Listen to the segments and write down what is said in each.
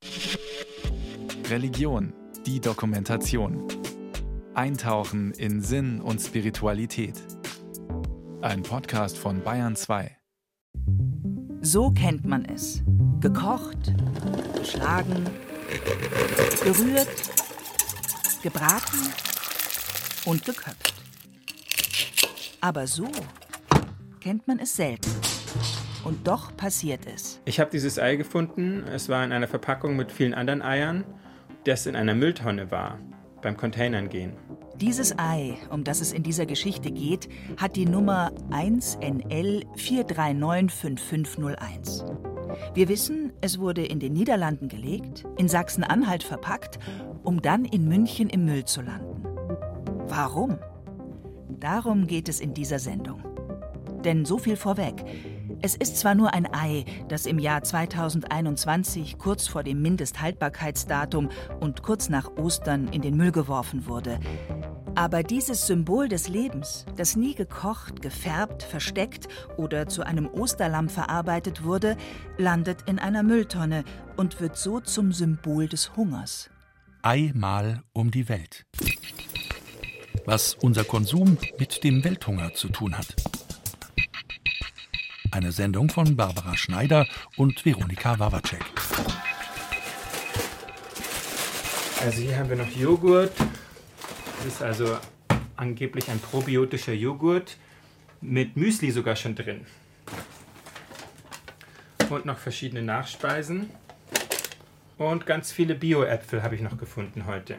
Religion, die Dokumentation. Eintauchen in Sinn und Spiritualität. Ein Podcast von Bayern 2. So kennt man es. Gekocht, geschlagen, gerührt, gebraten und geköpft. Aber so kennt man es selten. Und doch passiert es. Ich habe dieses Ei gefunden. Es war in einer Verpackung mit vielen anderen Eiern, das in einer Mülltonne war, beim Containern gehen. Dieses Ei, um das es in dieser Geschichte geht, hat die Nummer 1NL4395501. Wir wissen, es wurde in den Niederlanden gelegt, in Sachsen-Anhalt verpackt, um dann in München im Müll zu landen. Warum? Darum geht es in dieser Sendung. Denn so viel vorweg. Es ist zwar nur ein Ei, das im Jahr 2021 kurz vor dem Mindesthaltbarkeitsdatum und kurz nach Ostern in den Müll geworfen wurde. Aber dieses Symbol des Lebens, das nie gekocht, gefärbt, versteckt oder zu einem Osterlamm verarbeitet wurde, landet in einer Mülltonne und wird so zum Symbol des Hungers. Einmal um die Welt. Was unser Konsum mit dem Welthunger zu tun hat. Eine Sendung von Barbara Schneider und Veronika Wawacek. Also hier haben wir noch Joghurt. Das ist also angeblich ein probiotischer Joghurt mit Müsli sogar schon drin. Und noch verschiedene Nachspeisen. Und ganz viele Bio-Äpfel habe ich noch gefunden heute.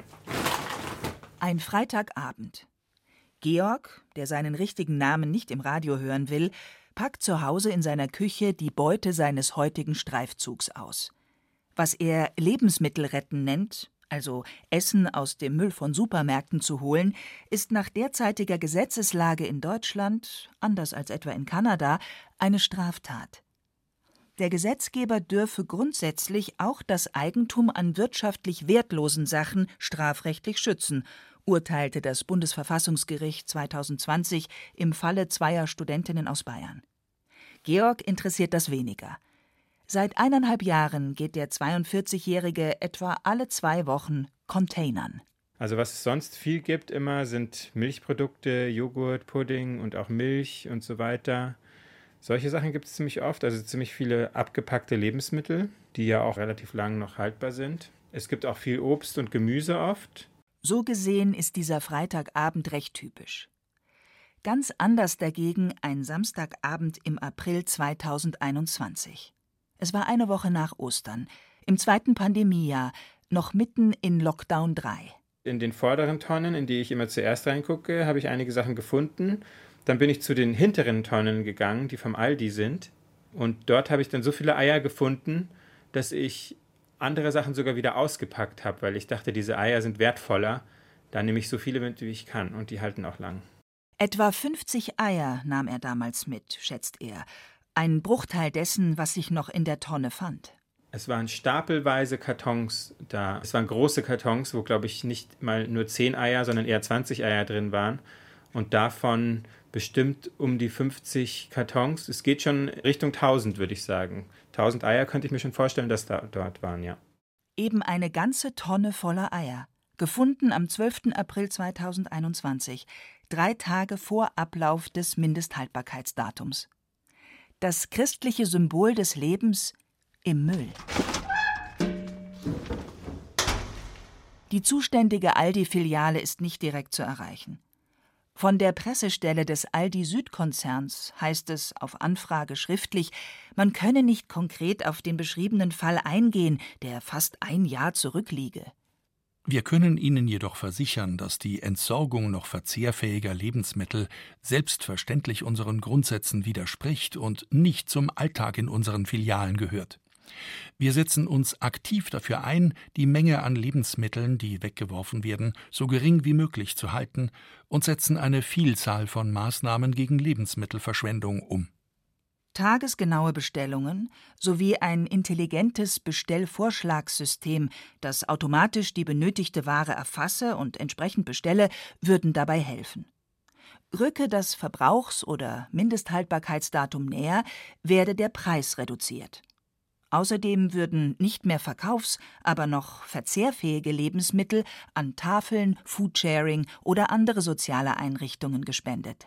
Ein Freitagabend. Georg, der seinen richtigen Namen nicht im Radio hören will, packt zu Hause in seiner Küche die Beute seines heutigen Streifzugs aus. Was er Lebensmittelretten nennt, also Essen aus dem Müll von Supermärkten zu holen, ist nach derzeitiger Gesetzeslage in Deutschland, anders als etwa in Kanada, eine Straftat. Der Gesetzgeber dürfe grundsätzlich auch das Eigentum an wirtschaftlich wertlosen Sachen strafrechtlich schützen, urteilte das Bundesverfassungsgericht 2020 im Falle zweier Studentinnen aus Bayern. Georg interessiert das weniger. Seit 1,5 Jahren geht der 42-Jährige etwa alle 2 Wochen containern. Also was es sonst viel gibt immer, sind Milchprodukte, Joghurt, Pudding und auch Milch und so weiter. Solche Sachen gibt es ziemlich oft, also ziemlich viele abgepackte Lebensmittel, die ja auch relativ lang noch haltbar sind. Es gibt auch viel Obst und Gemüse oft. So gesehen ist dieser Freitagabend recht typisch. Ganz anders dagegen ein Samstagabend im April 2021. Es war eine Woche nach Ostern, im 2. Pandemiejahr, noch mitten in Lockdown 3. In den vorderen Tonnen, in die ich immer zuerst reingucke, habe ich einige Sachen gefunden. Dann bin ich zu den hinteren Tonnen gegangen, die vom Aldi sind. Und dort habe ich dann so viele Eier gefunden, dass ich andere Sachen sogar wieder ausgepackt habe, weil ich dachte, diese Eier sind wertvoller. Da nehme ich so viele mit, wie ich kann, und die halten auch lang. Etwa 50 Eier nahm er damals mit, schätzt er. Ein Bruchteil dessen, was sich noch in der Tonne fand. Es waren stapelweise Kartons da. Es waren große Kartons, wo, glaube ich, nicht mal nur 10 Eier, sondern eher 20 Eier drin waren. Und davon bestimmt um die 50 Kartons. Es geht schon Richtung 1000, würde ich sagen. 1000 Eier könnte ich mir schon vorstellen, dass dort waren, ja. Eben eine ganze Tonne voller Eier. Gefunden am 12. April 2021, 3 Tage vor Ablauf des Mindesthaltbarkeitsdatums. Das christliche Symbol des Lebens im Müll. Die zuständige Aldi-Filiale ist nicht direkt zu erreichen. Von der Pressestelle des Aldi-Süd-Konzerns heißt es auf Anfrage schriftlich, man könne nicht konkret auf den beschriebenen Fall eingehen, der fast 1 Jahr zurückliege. Wir können Ihnen jedoch versichern, dass die Entsorgung noch verzehrfähiger Lebensmittel selbstverständlich unseren Grundsätzen widerspricht und nicht zum Alltag in unseren Filialen gehört. Wir setzen uns aktiv dafür ein, die Menge an Lebensmitteln, die weggeworfen werden, so gering wie möglich zu halten und setzen eine Vielzahl von Maßnahmen gegen Lebensmittelverschwendung um. Tagesgenaue Bestellungen sowie ein intelligentes Bestellvorschlagssystem, das automatisch die benötigte Ware erfasse und entsprechend bestelle, würden dabei helfen. Rücke das Verbrauchs- oder Mindesthaltbarkeitsdatum näher, werde der Preis reduziert. Außerdem würden nicht mehr verkaufs-, aber noch verzehrfähige Lebensmittel an Tafeln, Foodsharing oder andere soziale Einrichtungen gespendet.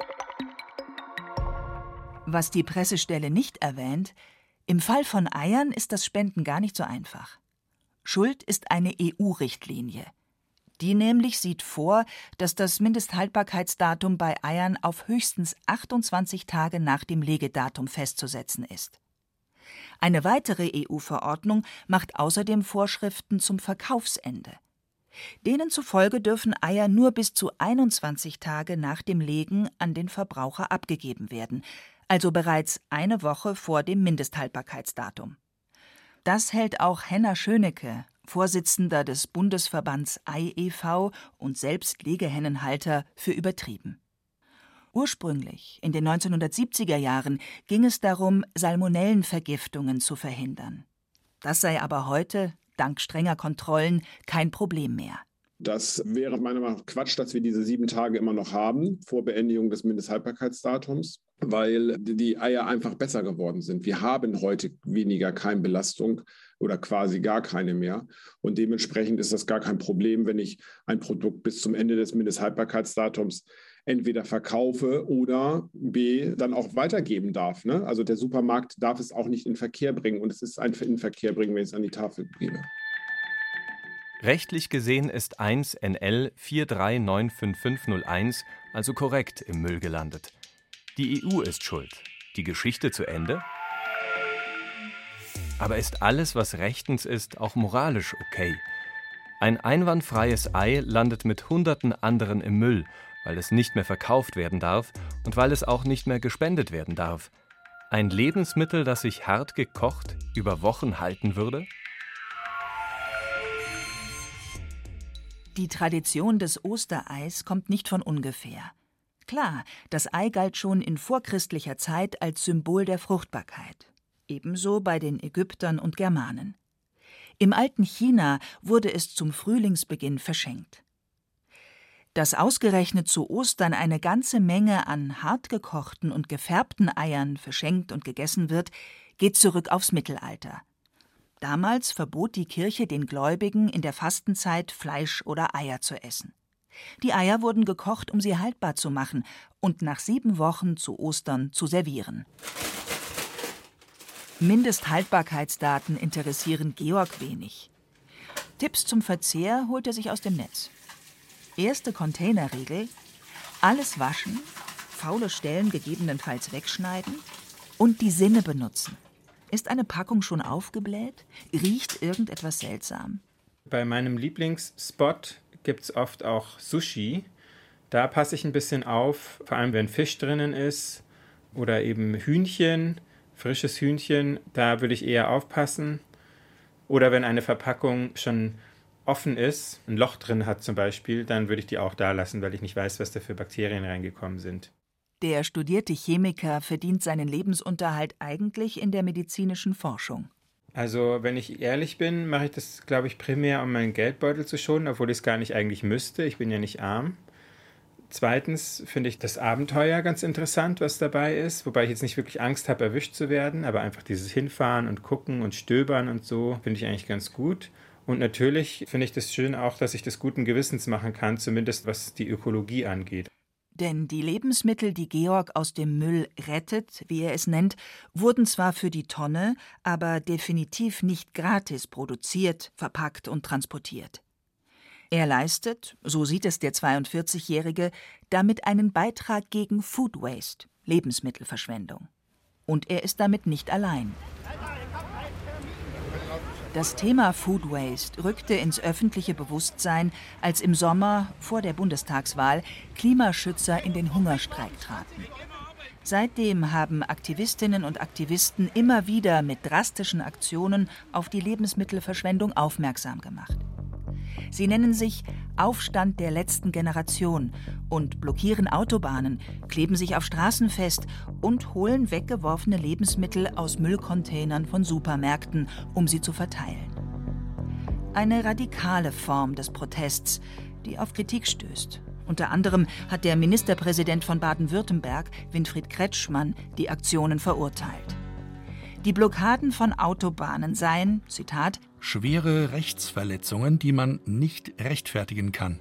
Was die Pressestelle nicht erwähnt: Im Fall von Eiern ist das Spenden gar nicht so einfach. Schuld ist eine EU-Richtlinie. Die nämlich sieht vor, dass das Mindesthaltbarkeitsdatum bei Eiern auf höchstens 28 Tage nach dem Legedatum festzusetzen ist. Eine weitere EU-Verordnung macht außerdem Vorschriften zum Verkaufsende. Denen zufolge dürfen Eier nur bis zu 21 Tage nach dem Legen an den Verbraucher abgegeben werden, also bereits eine Woche vor dem Mindesthaltbarkeitsdatum. Das hält auch Henner Schönecke, Vorsitzender des Bundesverbands Ei e.V. und selbst Legehennenhalter, für übertrieben. Ursprünglich, in den 1970er Jahren, ging es darum, Salmonellenvergiftungen zu verhindern. Das sei aber heute, dank strenger Kontrollen, kein Problem mehr. Das wäre meiner Meinung nach Quatsch, dass wir diese 7 Tage immer noch haben, vor Beendigung des Mindesthaltbarkeitsdatums, weil die Eier einfach besser geworden sind. Wir haben heute weniger Keimbelastung oder quasi gar keine mehr. Und dementsprechend ist das gar kein Problem, wenn ich ein Produkt bis zum Ende des Mindesthaltbarkeitsdatums entweder verkaufe oder B, dann auch weitergeben darf. Ne? Also der Supermarkt darf es auch nicht in Verkehr bringen. Und es ist ein in Verkehr bringen, wenn ich es an die Tafel gebe. Rechtlich gesehen ist 1 NL 4395501 also korrekt im Müll gelandet. Die EU ist schuld. Die Geschichte zu Ende? Aber ist alles, was rechtens ist, auch moralisch okay? Ein einwandfreies Ei landet mit Hunderten anderen im Müll, weil es nicht mehr verkauft werden darf und weil es auch nicht mehr gespendet werden darf. Ein Lebensmittel, das sich hart gekocht über Wochen halten würde? Die Tradition des Ostereis kommt nicht von ungefähr. Klar, das Ei galt schon in vorchristlicher Zeit als Symbol der Fruchtbarkeit. Ebenso bei den Ägyptern und Germanen. Im alten China wurde es zum Frühlingsbeginn verschenkt. Dass ausgerechnet zu Ostern eine ganze Menge an hartgekochten und gefärbten Eiern verschenkt und gegessen wird, geht zurück aufs Mittelalter. Damals verbot die Kirche den Gläubigen in der Fastenzeit Fleisch oder Eier zu essen. Die Eier wurden gekocht, um sie haltbar zu machen und nach 7 Wochen zu Ostern zu servieren. Mindesthaltbarkeitsdaten interessieren Georg wenig. Tipps zum Verzehr holt er sich aus dem Netz. Erste Containerregel: alles waschen, faule Stellen gegebenenfalls wegschneiden und die Sinne benutzen. Ist eine Packung schon aufgebläht? Riecht irgendetwas seltsam? Bei meinem Lieblingsspot gibt es oft auch Sushi. Da passe ich ein bisschen auf, vor allem wenn Fisch drinnen ist oder eben Hühnchen, frisches Hühnchen, da würde ich eher aufpassen. Oder wenn eine Verpackung schon offen ist, ein Loch drin hat zum Beispiel, dann würde ich die auch da lassen, weil ich nicht weiß, was da für Bakterien reingekommen sind. Der studierte Chemiker verdient seinen Lebensunterhalt eigentlich in der medizinischen Forschung. Also, wenn ich ehrlich bin, mache ich das, glaube ich, primär, um meinen Geldbeutel zu schonen, obwohl ich es gar nicht eigentlich müsste. Ich bin ja nicht arm. Zweitens finde ich das Abenteuer ganz interessant, was dabei ist, wobei ich jetzt nicht wirklich Angst habe, erwischt zu werden, aber einfach dieses Hinfahren und Gucken und Stöbern und so finde ich eigentlich ganz gut. Und natürlich finde ich das schön auch, dass ich das guten Gewissens machen kann, zumindest was die Ökologie angeht. Denn die Lebensmittel, die Georg aus dem Müll rettet, wie er es nennt, wurden zwar für die Tonne, aber definitiv nicht gratis produziert, verpackt und transportiert. Er leistet, so sieht es der 42-Jährige, damit einen Beitrag gegen Food Waste, Lebensmittelverschwendung. Und er ist damit nicht allein. Das Thema Food Waste rückte ins öffentliche Bewusstsein, als im Sommer, vor der Bundestagswahl, Klimaschützer in den Hungerstreik traten. Seitdem haben Aktivistinnen und Aktivisten immer wieder mit drastischen Aktionen auf die Lebensmittelverschwendung aufmerksam gemacht. Sie nennen sich Aufstand der letzten Generation und blockieren Autobahnen, kleben sich auf Straßen fest und holen weggeworfene Lebensmittel aus Müllcontainern von Supermärkten, um sie zu verteilen. Eine radikale Form des Protests, die auf Kritik stößt. Unter anderem hat der Ministerpräsident von Baden-Württemberg, Winfried Kretschmann, die Aktionen verurteilt. Die Blockaden von Autobahnen seien, Zitat, schwere Rechtsverletzungen, die man nicht rechtfertigen kann.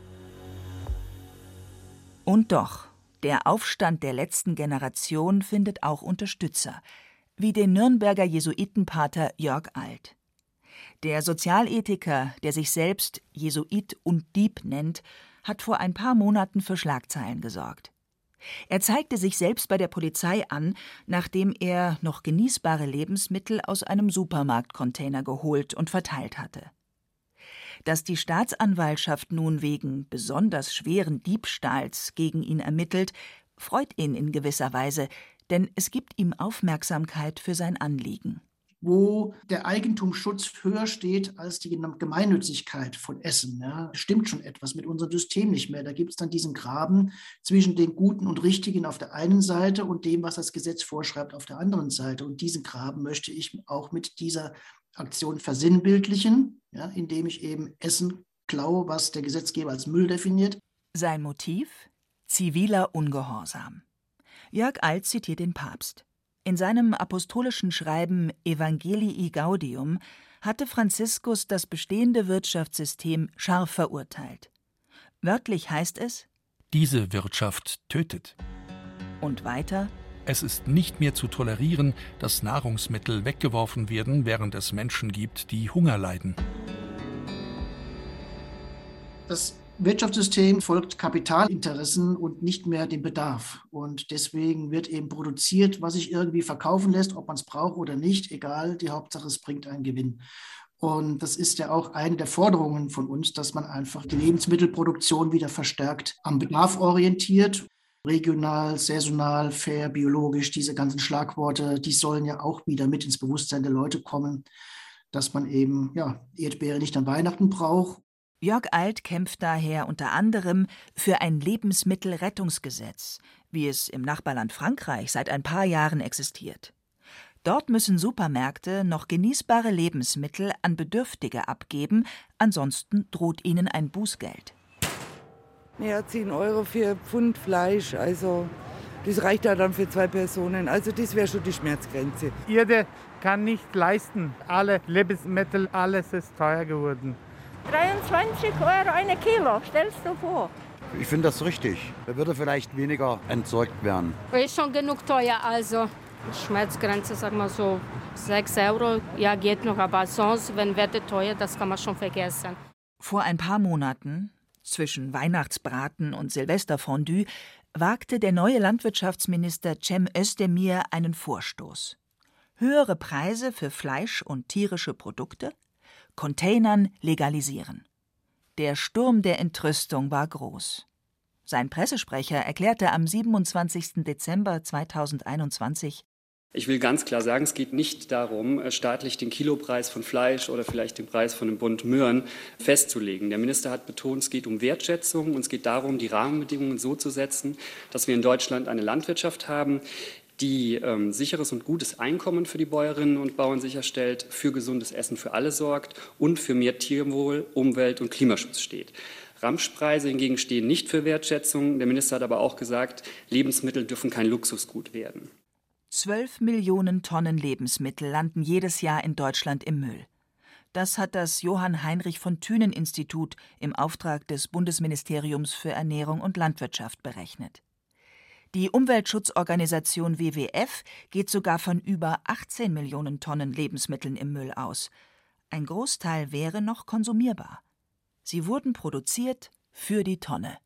Und doch, der Aufstand der letzten Generation findet auch Unterstützer, wie den Nürnberger Jesuitenpater Jörg Alt. Der Sozialethiker, der sich selbst Jesuit und Dieb nennt, hat vor ein paar Monaten für Schlagzeilen gesorgt. Er zeigte sich selbst bei der Polizei an, nachdem er noch genießbare Lebensmittel aus einem Supermarktcontainer geholt und verteilt hatte. Dass die Staatsanwaltschaft nun wegen besonders schweren Diebstahls gegen ihn ermittelt, freut ihn in gewisser Weise, denn es gibt ihm Aufmerksamkeit für sein Anliegen. Wo der Eigentumsschutz höher steht als die Gemeinnützigkeit von Essen. Ja, stimmt schon etwas mit unserem System nicht mehr. Da gibt es dann diesen Graben zwischen den Guten und Richtigen auf der einen Seite und dem, was das Gesetz vorschreibt, auf der anderen Seite. Und diesen Graben möchte ich auch mit dieser Aktion versinnbildlichen, ja, indem ich eben Essen klaue, was der Gesetzgeber als Müll definiert. Sein Motiv? Ziviler Ungehorsam. Jörg Alt zitiert den Papst. In seinem apostolischen Schreiben Evangelii Gaudium hatte Franziskus das bestehende Wirtschaftssystem scharf verurteilt. Wörtlich heißt es: Diese Wirtschaft tötet. Und weiter: Es ist nicht mehr zu tolerieren, dass Nahrungsmittel weggeworfen werden, während es Menschen gibt, die Hunger leiden. Das Wirtschaftssystem folgt Kapitalinteressen und nicht mehr dem Bedarf. Und deswegen wird eben produziert, was sich irgendwie verkaufen lässt, ob man es braucht oder nicht, egal, die Hauptsache, es bringt einen Gewinn. Und das ist ja auch eine der Forderungen von uns, dass man einfach die Lebensmittelproduktion wieder verstärkt am Bedarf orientiert. Regional, saisonal, fair, biologisch, diese ganzen Schlagworte, die sollen ja auch wieder mit ins Bewusstsein der Leute kommen, dass man eben Erdbeere nicht an Weihnachten braucht. Jörg Alt kämpft daher unter anderem für ein Lebensmittelrettungsgesetz, wie es im Nachbarland Frankreich seit ein paar Jahren existiert. Dort müssen Supermärkte noch genießbare Lebensmittel an Bedürftige abgeben, ansonsten droht ihnen ein Bußgeld. Ja, 10 € für ein Pfund Fleisch, also das reicht ja dann für 2 Personen. Also das wäre schon die Schmerzgrenze. Jeder kann nicht leisten. Alle Lebensmittel, alles ist teuer geworden. 23 € ein Kilo, stellst du vor. Ich finde das richtig. Da würde vielleicht weniger entsorgt werden. Ist schon genug teuer, also Schmerzgrenze, sagen wir so 6 €, ja geht noch, aber sonst, wenn Werte teuer, das kann man schon vergessen. Vor ein paar Monaten, zwischen Weihnachtsbraten und Silvesterfondue, wagte der neue Landwirtschaftsminister Cem Özdemir einen Vorstoß. Höhere Preise für Fleisch und tierische Produkte, Containern legalisieren. Der Sturm der Entrüstung war groß. Sein Pressesprecher erklärte am 27. Dezember 2021: Ich will ganz klar sagen, es geht nicht darum, staatlich den Kilopreis von Fleisch oder vielleicht den Preis von einem Bund Möhren festzulegen. Der Minister hat betont, es geht um Wertschätzung und es geht darum, die Rahmenbedingungen so zu setzen, dass wir in Deutschland eine Landwirtschaft haben, die sicheres und gutes Einkommen für die Bäuerinnen und Bauern sicherstellt, für gesundes Essen für alle sorgt und für mehr Tierwohl, Umwelt- und Klimaschutz steht. Ramschpreise hingegen stehen nicht für Wertschätzung. Der Minister hat aber auch gesagt, Lebensmittel dürfen kein Luxusgut werden. 12 Millionen Tonnen Lebensmittel landen jedes Jahr in Deutschland im Müll. Das hat das Johann-Heinrich-von-Thünen-Institut im Auftrag des Bundesministeriums für Ernährung und Landwirtschaft berechnet. Die Umweltschutzorganisation WWF geht sogar von über 18 Millionen Tonnen Lebensmitteln im Müll aus. Ein Großteil wäre noch konsumierbar. Sie wurden produziert für die Tonne.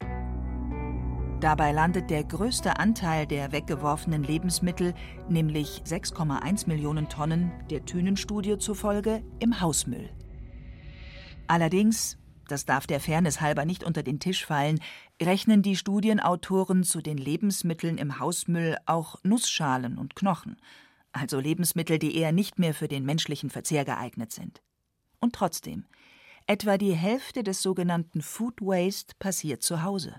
Dabei landet der größte Anteil der weggeworfenen Lebensmittel, nämlich 6,1 Millionen Tonnen, der Thünen-Studie zufolge im Hausmüll. Allerdings, das darf der Fairness halber nicht unter den Tisch fallen, rechnen die Studienautoren zu den Lebensmitteln im Hausmüll auch Nussschalen und Knochen, also Lebensmittel, die eher nicht mehr für den menschlichen Verzehr geeignet sind. Und trotzdem, etwa die Hälfte des sogenannten Food Waste passiert zu Hause.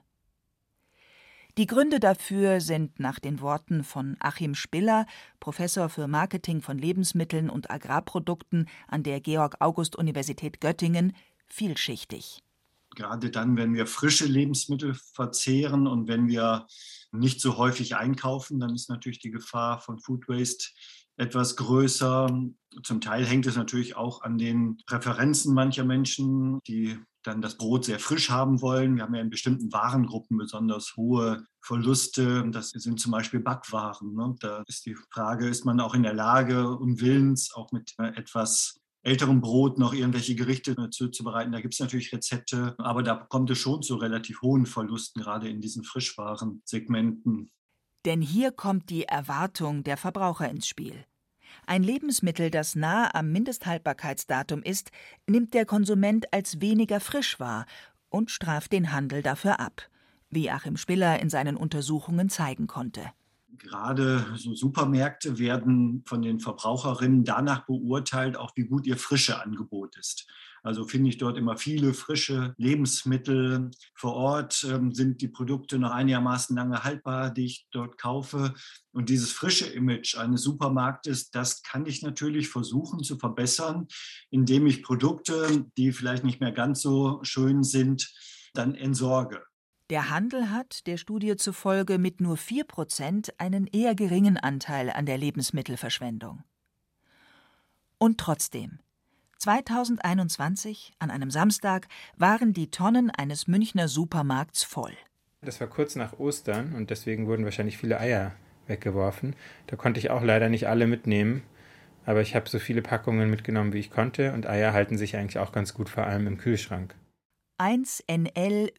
Die Gründe dafür sind nach den Worten von Achim Spiller, Professor für Marketing von Lebensmitteln und Agrarprodukten an der Georg-August-Universität Göttingen, vielschichtig. Gerade dann, wenn wir frische Lebensmittel verzehren und wenn wir nicht so häufig einkaufen, dann ist natürlich die Gefahr von Food Waste etwas größer. Zum Teil hängt es natürlich auch an den Präferenzen mancher Menschen, die dann das Brot sehr frisch haben wollen. Wir haben ja in bestimmten Warengruppen besonders hohe Verluste. Das sind zum Beispiel Backwaren. Ne? Da ist die Frage, ist man auch in der Lage und willens, auch mit etwas älterem Brot noch irgendwelche Gerichte zuzubereiten. Da gibt es natürlich Rezepte, aber da kommt es schon zu relativ hohen Verlusten, gerade in diesen Frischwarensegmenten. Denn hier kommt die Erwartung der Verbraucher ins Spiel. Ein Lebensmittel, das nahe am Mindesthaltbarkeitsdatum ist, nimmt der Konsument als weniger frisch wahr und straft den Handel dafür ab, wie Achim Spiller in seinen Untersuchungen zeigen konnte. Gerade so Supermärkte werden von den Verbraucherinnen danach beurteilt, auch wie gut ihr Frische-Angebot ist. Also finde ich dort immer viele frische Lebensmittel. Vor Ort sind die Produkte noch einigermaßen lange haltbar, die ich dort kaufe. Und dieses frische Image eines Supermarktes, das kann ich natürlich versuchen zu verbessern, indem ich Produkte, die vielleicht nicht mehr ganz so schön sind, dann entsorge. Der Handel hat, der Studie zufolge, mit nur 4% einen eher geringen Anteil an der Lebensmittelverschwendung. Und trotzdem, 2021, an einem Samstag, waren die Tonnen eines Münchner Supermarkts voll. Das war kurz nach Ostern und deswegen wurden wahrscheinlich viele Eier weggeworfen. Da konnte ich auch leider nicht alle mitnehmen, aber ich habe so viele Packungen mitgenommen, wie ich konnte, und Eier halten sich eigentlich auch ganz gut, vor allem im Kühlschrank. 1 NL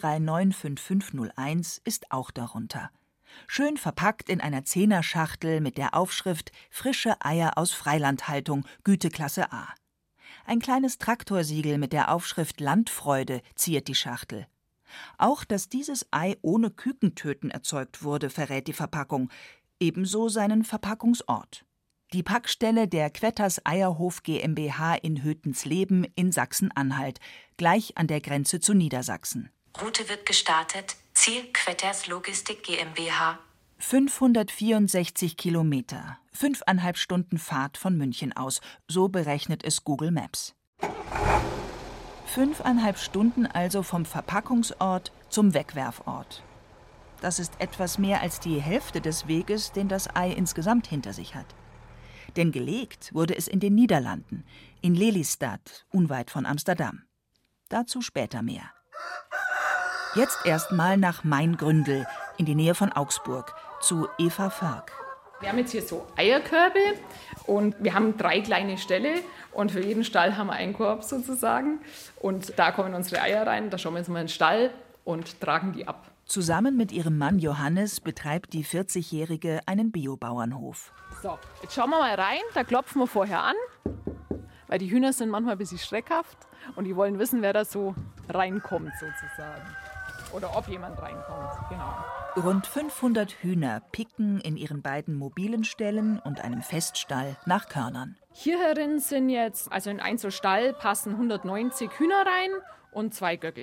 4395501 ist auch darunter. Schön verpackt in einer 10er-Schachtel mit der Aufschrift »Frische Eier aus Freilandhaltung, Güteklasse A«. Ein kleines Traktorsiegel mit der Aufschrift »Landfreude« ziert die Schachtel. Auch, dass dieses Ei ohne Kükentöten erzeugt wurde, verrät die Verpackung, ebenso seinen Verpackungsort. Die Packstelle der Quetters Eierhof GmbH in Hötensleben in Sachsen-Anhalt, gleich an der Grenze zu Niedersachsen. Route wird gestartet. Ziel Quetters Logistik GmbH. 564 Kilometer, 5,5 Stunden Fahrt von München aus, so berechnet es Google Maps. 5,5 Stunden also vom Verpackungsort zum Wegwerfort. Das ist etwas mehr als die Hälfte des Weges, den das Ei insgesamt hinter sich hat. Denn gelegt wurde es in den Niederlanden, in Lelystad, unweit von Amsterdam. Dazu später mehr. Jetzt erstmal nach Maingründel, in die Nähe von Augsburg, zu Eva Förk. Wir haben jetzt hier so Eierkörbe und wir haben 3 kleine Ställe und für jeden Stall haben wir einen Korb sozusagen. Und da kommen unsere Eier rein, da schauen wir uns mal in den Stall und tragen die ab. Zusammen mit ihrem Mann Johannes betreibt die 40-Jährige einen Biobauernhof. So, jetzt schauen wir mal rein, da klopfen wir vorher an, weil die Hühner sind manchmal ein bisschen schreckhaft und die wollen wissen, wer da so reinkommt sozusagen. Oder ob jemand reinkommt, genau. Rund 500 Hühner picken in ihren beiden mobilen Ställen und einem Feststall nach Körnern. Hier herin sind jetzt, also in einen so Stall passen 190 Hühner rein und 2 Göckel.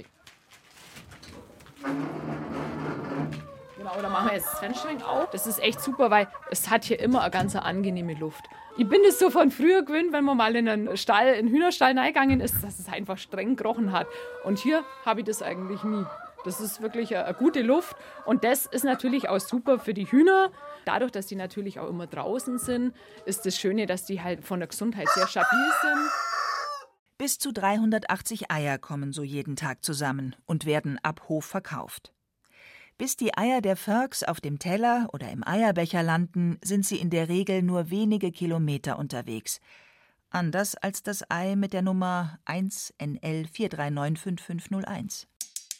Genau, da machen wir jetzt das Fenster auf. Das ist echt super, weil es hat hier immer eine ganz angenehme Luft. Ich bin das so von früher gewöhnt, wenn man mal in einen Stall, in einen Hühnerstall reingegangen ist, dass es einfach streng gerochen hat. Und hier habe ich das eigentlich nie. Das ist wirklich eine gute Luft und das ist natürlich auch super für die Hühner. Dadurch, dass die natürlich auch immer draußen sind, ist das Schöne, dass die halt von der Gesundheit sehr stabil sind. Bis zu 380 Eier kommen so jeden Tag zusammen und werden ab Hof verkauft. Bis die Eier der Förks auf dem Teller oder im Eierbecher landen, sind sie in der Regel nur wenige Kilometer unterwegs. Anders als das Ei mit der Nummer 1 NL 4395501.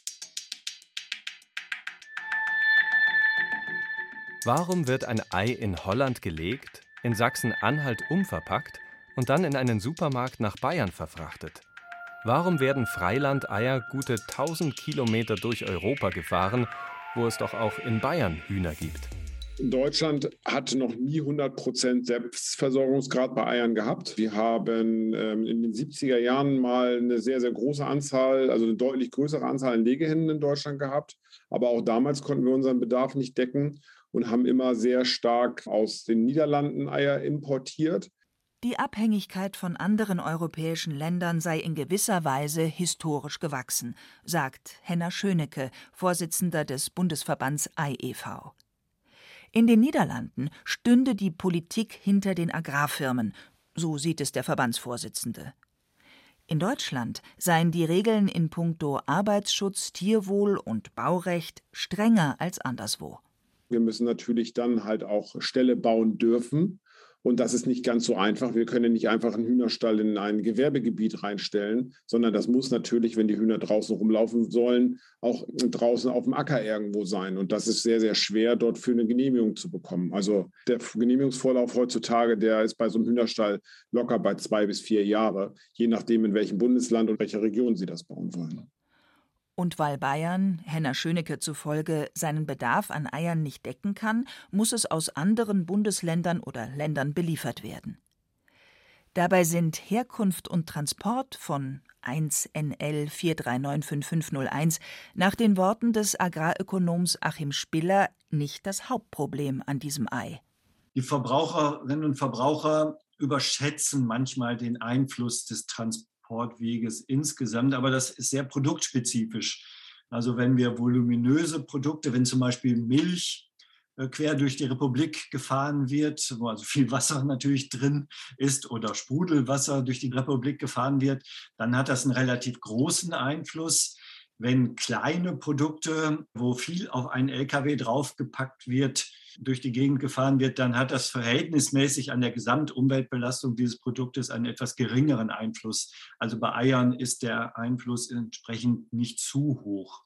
Warum wird ein Ei in Holland gelegt, in Sachsen-Anhalt umverpackt und dann in einen Supermarkt nach Bayern verfrachtet? Warum werden Freilandeier gute 1000 Kilometer durch Europa gefahren, wo es doch auch in Bayern Hühner gibt? Deutschland hat noch nie 100% Selbstversorgungsgrad bei Eiern gehabt. Wir haben in den 70er Jahren mal eine sehr, sehr große Anzahl, also eine deutlich größere Anzahl an Legehennen in Deutschland gehabt. Aber auch damals konnten wir unseren Bedarf nicht decken und haben immer sehr stark aus den Niederlanden Eier importiert. Die Abhängigkeit von anderen europäischen Ländern sei in gewisser Weise historisch gewachsen, sagt Henner Schönecke, Vorsitzender des Bundesverbands Ei e.V. In den Niederlanden stünde die Politik hinter den Agrarfirmen, so sieht es der Verbandsvorsitzende. In Deutschland seien die Regeln in puncto Arbeitsschutz, Tierwohl und Baurecht strenger als anderswo. Wir müssen natürlich dann halt auch Ställe bauen dürfen. Und das ist nicht ganz so einfach. Wir können nicht einfach einen Hühnerstall in ein Gewerbegebiet reinstellen, sondern das muss natürlich, wenn die Hühner draußen rumlaufen sollen, auch draußen auf dem Acker irgendwo sein. Und das ist sehr, sehr schwer, dort für eine Genehmigung zu bekommen. Also der Genehmigungsvorlauf heutzutage, der ist bei so einem Hühnerstall locker bei 2 bis 4 Jahre, je nachdem, in welchem Bundesland und welcher Region Sie das bauen wollen. Und weil Bayern, Henner Schönecke zufolge, seinen Bedarf an Eiern nicht decken kann, muss es aus anderen Bundesländern oder Ländern beliefert werden. Dabei sind Herkunft und Transport von 1NL 4395501 nach den Worten des Agrarökonoms Achim Spiller nicht das Hauptproblem an diesem Ei. Die Verbraucherinnen und Verbraucher überschätzen manchmal den Einfluss des Transportweges insgesamt, aber das ist sehr produktspezifisch. Also wenn wir voluminöse Produkte, wenn zum Beispiel Milch quer durch die Republik gefahren wird, wo also viel Wasser natürlich drin ist, oder Sprudelwasser durch die Republik gefahren wird, dann hat das einen relativ großen Einfluss. Wenn kleine Produkte, wo viel auf einen LKW draufgepackt wird, durch die Gegend gefahren wird, dann hat das verhältnismäßig an der Gesamtumweltbelastung dieses Produktes einen etwas geringeren Einfluss. Also bei Eiern ist der Einfluss entsprechend nicht zu hoch.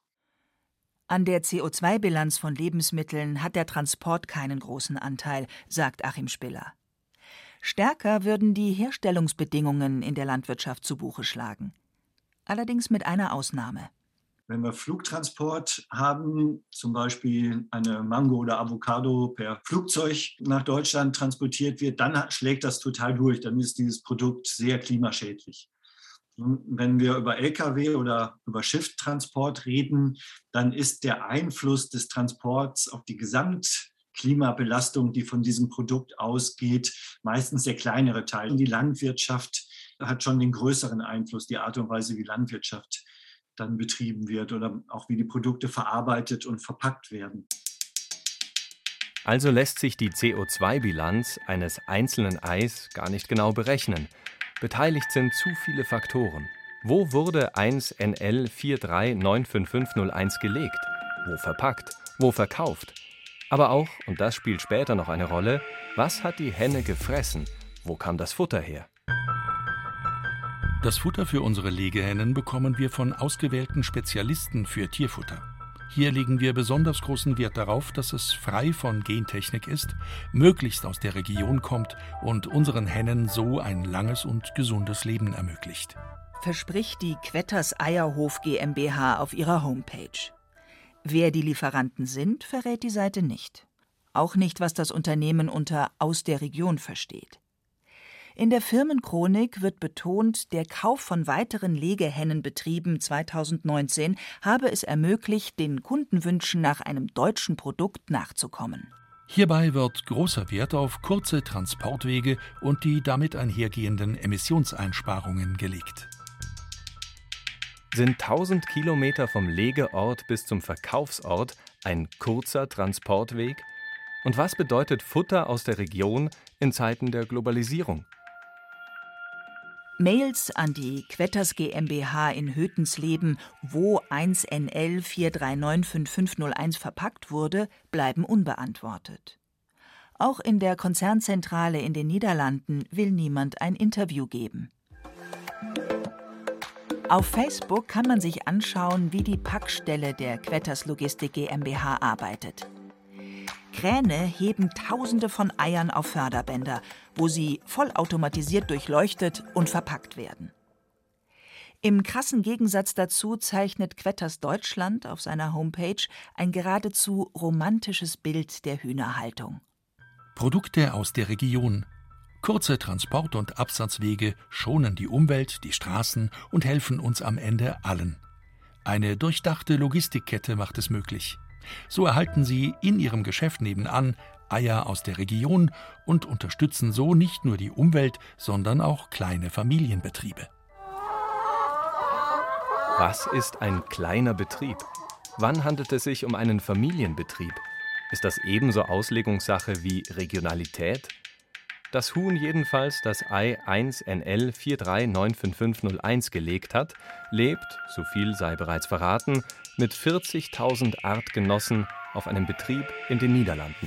An der CO2-Bilanz von Lebensmitteln hat der Transport keinen großen Anteil, sagt Achim Spiller. Stärker würden die Herstellungsbedingungen in der Landwirtschaft zu Buche schlagen. Allerdings mit einer Ausnahme. Wenn wir Flugtransport haben, zum Beispiel eine Mango oder Avocado per Flugzeug nach Deutschland transportiert wird, dann schlägt das total durch. Dann ist dieses Produkt sehr klimaschädlich. Und wenn wir über Lkw oder über Schifftransport reden, dann ist der Einfluss des Transports auf die Gesamtklimabelastung, die von diesem Produkt ausgeht, meistens der kleinere Teil. Und die Landwirtschaft hat schon den größeren Einfluss, die Art und Weise, wie Landwirtschaft dann betrieben wird oder auch wie die Produkte verarbeitet und verpackt werden. Also lässt sich die CO2-Bilanz eines einzelnen Eis gar nicht genau berechnen. Beteiligt sind zu viele Faktoren. Wo wurde 1NL 4395501 gelegt? Wo verpackt? Wo verkauft? Aber auch, und das spielt später noch eine Rolle, was hat die Henne gefressen? Wo kam das Futter her? Das Futter für unsere Legehennen bekommen wir von ausgewählten Spezialisten für Tierfutter. Hier legen wir besonders großen Wert darauf, dass es frei von Gentechnik ist, möglichst aus der Region kommt und unseren Hennen so ein langes und gesundes Leben ermöglicht. Verspricht die Quetters Eierhof GmbH auf ihrer Homepage. Wer die Lieferanten sind, verrät die Seite nicht. Auch nicht, was das Unternehmen unter aus der Region versteht. In der Firmenchronik wird betont, der Kauf von weiteren Legehennenbetrieben 2019 habe es ermöglicht, den Kundenwünschen nach einem deutschen Produkt nachzukommen. Hierbei wird großer Wert auf kurze Transportwege und die damit einhergehenden Emissionseinsparungen gelegt. Sind 1000 Kilometer vom Legeort bis zum Verkaufsort ein kurzer Transportweg? Und was bedeutet Futter aus der Region in Zeiten der Globalisierung? Mails an die Quetters GmbH in Hötensleben, wo 1NL 4395501 verpackt wurde, bleiben unbeantwortet. Auch in der Konzernzentrale in den Niederlanden will niemand ein Interview geben. Auf Facebook kann man sich anschauen, wie die Packstelle der Quetters Logistik GmbH arbeitet. Kräne heben Tausende von Eiern auf Förderbänder, wo sie vollautomatisiert durchleuchtet und verpackt werden. Im krassen Gegensatz dazu zeichnet Quetters Deutschland auf seiner Homepage ein geradezu romantisches Bild der Hühnerhaltung. Produkte aus der Region. Kurze Transport- und Absatzwege schonen die Umwelt, die Straßen und helfen uns am Ende allen. Eine durchdachte Logistikkette macht es möglich. So erhalten Sie in Ihrem Geschäft nebenan Eier aus der Region und unterstützen so nicht nur die Umwelt, sondern auch kleine Familienbetriebe. Was ist ein kleiner Betrieb? Wann handelt es sich um einen Familienbetrieb? Ist das ebenso Auslegungssache wie Regionalität? Das Huhn jedenfalls, das Ei 1NL4395501 gelegt hat, lebt, so viel sei bereits verraten, mit 40.000 Artgenossen auf einem Betrieb in den Niederlanden.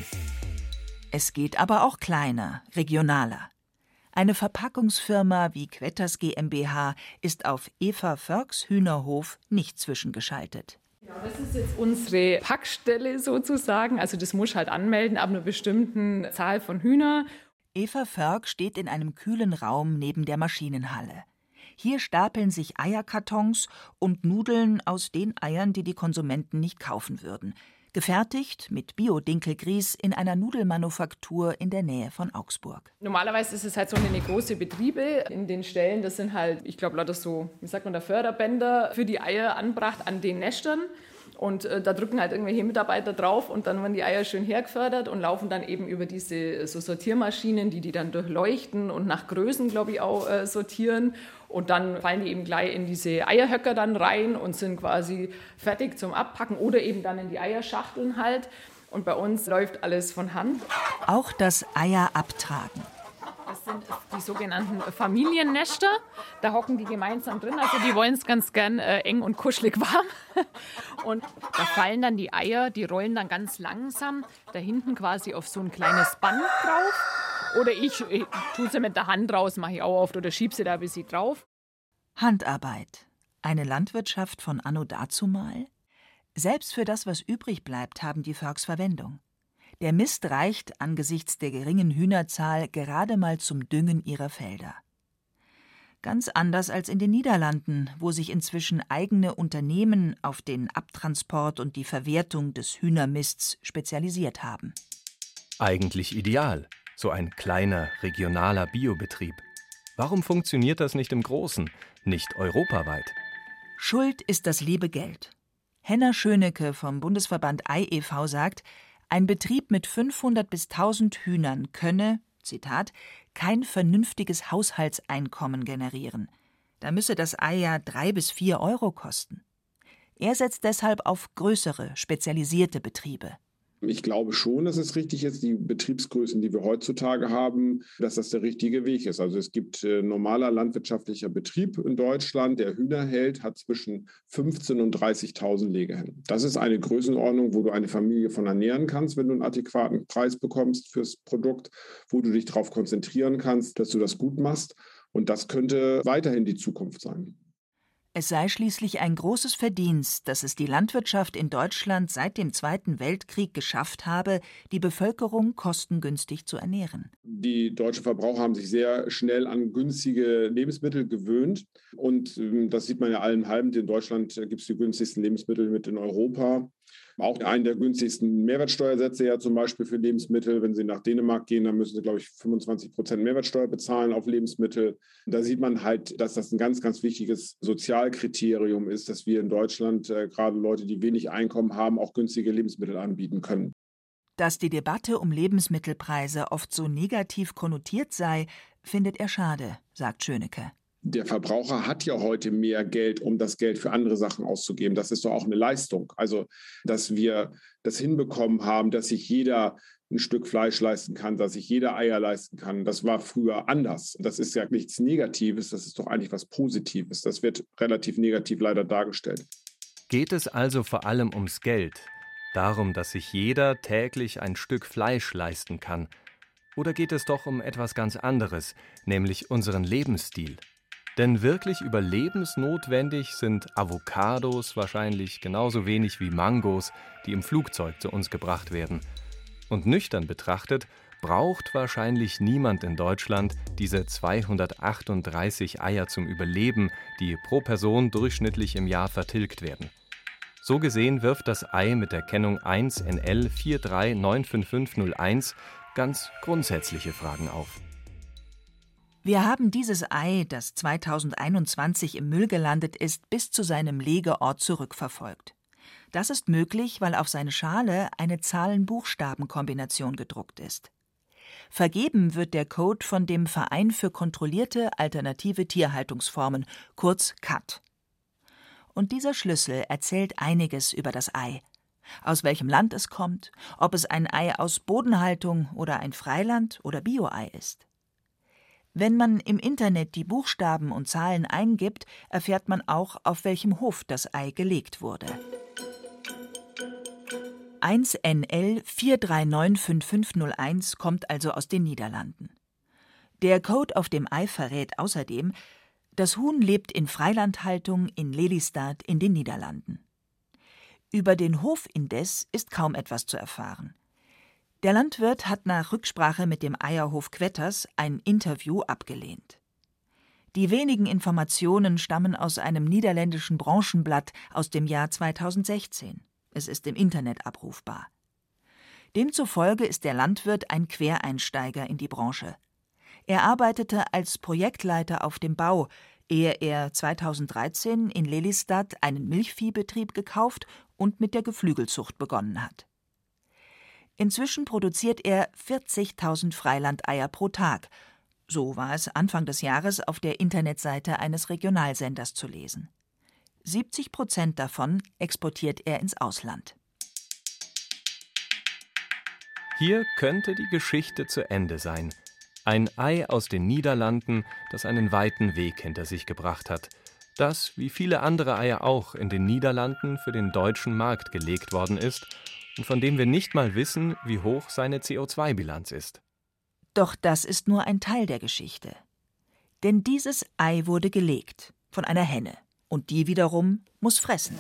Es geht aber auch kleiner, regionaler. Eine Verpackungsfirma wie Quetters GmbH ist auf Eva Vörks Hühnerhof nicht zwischengeschaltet. Ja, das ist jetzt unsere Packstelle sozusagen. Also das muss halt anmelden ab einer bestimmten Zahl von Hühnern. Eva Vörk steht in einem kühlen Raum neben der Maschinenhalle. Hier stapeln sich Eierkartons und Nudeln aus den Eiern, die die Konsumenten nicht kaufen würden. Gefertigt mit Bio-Dinkelgrieß in einer Nudelmanufaktur in der Nähe von Augsburg. Normalerweise ist es halt so eine große Betriebe. In den Stellen, das sind halt, ich glaube, lauter so, wie sagt man da, Förderbänder für die Eier anbracht an den Nestern. Und da drücken halt irgendwelche Mitarbeiter drauf und dann werden die Eier schön hergefördert und laufen dann eben über diese so Sortiermaschinen, die dann durchleuchten und nach Größen, glaube ich, auch sortieren. Und dann fallen die eben gleich in diese Eierhöcker dann rein und sind quasi fertig zum Abpacken oder eben dann in die Eierschachteln halt. Und bei uns läuft alles von Hand. Auch das Eierabtragen. Das sind die sogenannten Familiennester. Da hocken die gemeinsam drin. Also die wollen es ganz gern eng und kuschelig warm. Und da fallen dann die Eier, die rollen dann ganz langsam da hinten quasi auf so ein kleines Band drauf. Oder ich tue sie mit der Hand raus, mache ich auch oft, oder schiebe sie da ein bisschen drauf. Handarbeit. Eine Landwirtschaft von anno dazumal? Selbst für das, was übrig bleibt, haben die Vörks Verwendung. Der Mist reicht angesichts der geringen Hühnerzahl gerade mal zum Düngen ihrer Felder. Ganz anders als in den Niederlanden, wo sich inzwischen eigene Unternehmen auf den Abtransport und die Verwertung des Hühnermists spezialisiert haben. Eigentlich ideal, so ein kleiner, regionaler Biobetrieb. Warum funktioniert das nicht im Großen, nicht europaweit? Schuld ist das liebe Geld. Henna Schönecke vom Bundesverband Ei e.V. sagt, ein Betrieb mit 500 bis 1000 Hühnern könne, Zitat, kein vernünftiges Haushaltseinkommen generieren. Da müsse das Ei ja 3 bis 4 Euro kosten. Er setzt deshalb auf größere, spezialisierte Betriebe. Ich glaube schon, dass es richtig ist, die Betriebsgrößen, die wir heutzutage haben, dass das der richtige Weg ist. Also es gibt normaler landwirtschaftlicher Betrieb in Deutschland, der Hühner hält, hat zwischen 15.000 und 30.000 Legehennen. Das ist eine Größenordnung, wo du eine Familie von ernähren kannst, wenn du einen adäquaten Preis bekommst fürs Produkt, wo du dich darauf konzentrieren kannst, dass du das gut machst. Und das könnte weiterhin die Zukunft sein. Es sei schließlich ein großes Verdienst, dass es die Landwirtschaft in Deutschland seit dem Zweiten Weltkrieg geschafft habe, die Bevölkerung kostengünstig zu ernähren. Die deutschen Verbraucher haben sich sehr schnell an günstige Lebensmittel gewöhnt. Und das sieht man ja allen halben. In Deutschland gibt es die günstigsten Lebensmittel mit in Europa. Auch einen der günstigsten Mehrwertsteuersätze ja zum Beispiel für Lebensmittel. Wenn Sie nach Dänemark gehen, dann müssen Sie, glaube ich, 25% Mehrwertsteuer bezahlen auf Lebensmittel. Da sieht man halt, dass das ein ganz, ganz wichtiges Sozialkriterium ist, dass wir in Deutschland gerade Leute, die wenig Einkommen haben, auch günstige Lebensmittel anbieten können. Dass die Debatte um Lebensmittelpreise oft so negativ konnotiert sei, findet er schade, sagt Schönecke. Der Verbraucher hat ja heute mehr Geld, um das Geld für andere Sachen auszugeben. Das ist doch auch eine Leistung. Also, dass wir das hinbekommen haben, dass sich jeder ein Stück Fleisch leisten kann, dass sich jeder Eier leisten kann. Das war früher anders. Das ist ja nichts Negatives, das ist doch eigentlich was Positives. Das wird relativ negativ leider dargestellt. Geht es also vor allem ums Geld? Darum, dass sich jeder täglich ein Stück Fleisch leisten kann? Oder geht es doch um etwas ganz anderes, nämlich unseren Lebensstil? Denn wirklich überlebensnotwendig sind Avocados wahrscheinlich genauso wenig wie Mangos, die im Flugzeug zu uns gebracht werden. Und nüchtern betrachtet braucht wahrscheinlich niemand in Deutschland diese 238 Eier zum Überleben, die pro Person durchschnittlich im Jahr vertilgt werden. So gesehen wirft das Ei mit der Kennung 1NL4395501 ganz grundsätzliche Fragen auf. Wir haben dieses Ei, das 2021 im Müll gelandet ist, bis zu seinem Legeort zurückverfolgt. Das ist möglich, weil auf seine Schale eine Zahlen-Buchstaben-Kombination gedruckt ist. Vergeben wird der Code von dem Verein für kontrollierte alternative Tierhaltungsformen, kurz CAT. Und dieser Schlüssel erzählt einiges über das Ei. Aus welchem Land es kommt, ob es ein Ei aus Bodenhaltung oder ein Freiland- oder Bio-Ei ist. Wenn man im Internet die Buchstaben und Zahlen eingibt, erfährt man auch, auf welchem Hof das Ei gelegt wurde. 1NL 4395501 kommt also aus den Niederlanden. Der Code auf dem Ei verrät außerdem, das Huhn lebt in Freilandhaltung in Lelystad in den Niederlanden. Über den Hof indes ist kaum etwas zu erfahren. Der Landwirt hat nach Rücksprache mit dem Eierhof Quetters ein Interview abgelehnt. Die wenigen Informationen stammen aus einem niederländischen Branchenblatt aus dem Jahr 2016. Es ist im Internet abrufbar. Demzufolge ist der Landwirt ein Quereinsteiger in die Branche. Er arbeitete als Projektleiter auf dem Bau, ehe er 2013 in Lelystad einen Milchviehbetrieb gekauft und mit der Geflügelzucht begonnen hat. Inzwischen produziert er 40.000 Freilandeier pro Tag. So war es Anfang des Jahres auf der Internetseite eines Regionalsenders zu lesen. 70% davon exportiert er ins Ausland. Hier könnte die Geschichte zu Ende sein. Ein Ei aus den Niederlanden, das einen weiten Weg hinter sich gebracht hat. Das, wie viele andere Eier auch, in den Niederlanden für den deutschen Markt gelegt worden ist und von dem wir nicht mal wissen, wie hoch seine CO2-Bilanz ist. Doch das ist nur ein Teil der Geschichte. Denn dieses Ei wurde gelegt von einer Henne und die wiederum muss fressen.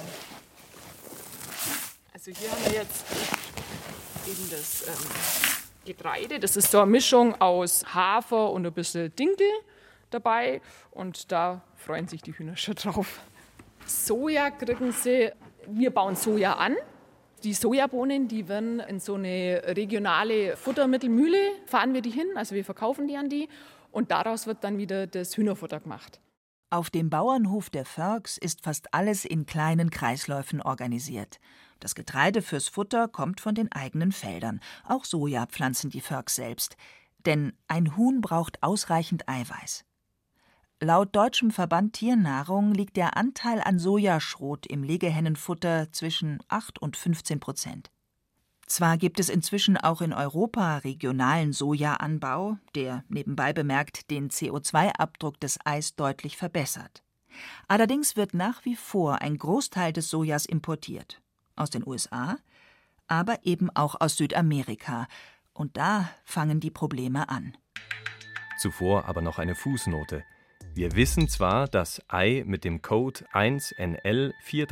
Also hier haben wir jetzt eben das Getreide. Das ist so eine Mischung aus Hafer und ein bisschen Dinkel dabei und da freuen sich die Hühner schon drauf. Soja kriegen sie, wir bauen Soja an. Die Sojabohnen, die werden in so eine regionale Futtermittelmühle, fahren wir die hin, also wir verkaufen die an die und daraus wird dann wieder das Hühnerfutter gemacht. Auf dem Bauernhof der Vörks ist fast alles in kleinen Kreisläufen organisiert. Das Getreide fürs Futter kommt von den eigenen Feldern. Auch Soja pflanzen die Vörks selbst. Denn ein Huhn braucht ausreichend Eiweiß. Laut Deutschem Verband Tiernahrung liegt der Anteil an Sojaschrot im Legehennenfutter zwischen 8 und 15%. Zwar gibt es inzwischen auch in Europa regionalen Sojaanbau, der nebenbei bemerkt den CO2-Abdruck des Eis deutlich verbessert. Allerdings wird nach wie vor ein Großteil des Sojas importiert. Aus den USA, aber eben auch aus Südamerika. Und da fangen die Probleme an. Zuvor aber noch eine Fußnote. Wir wissen zwar, das Ei mit dem Code 1NL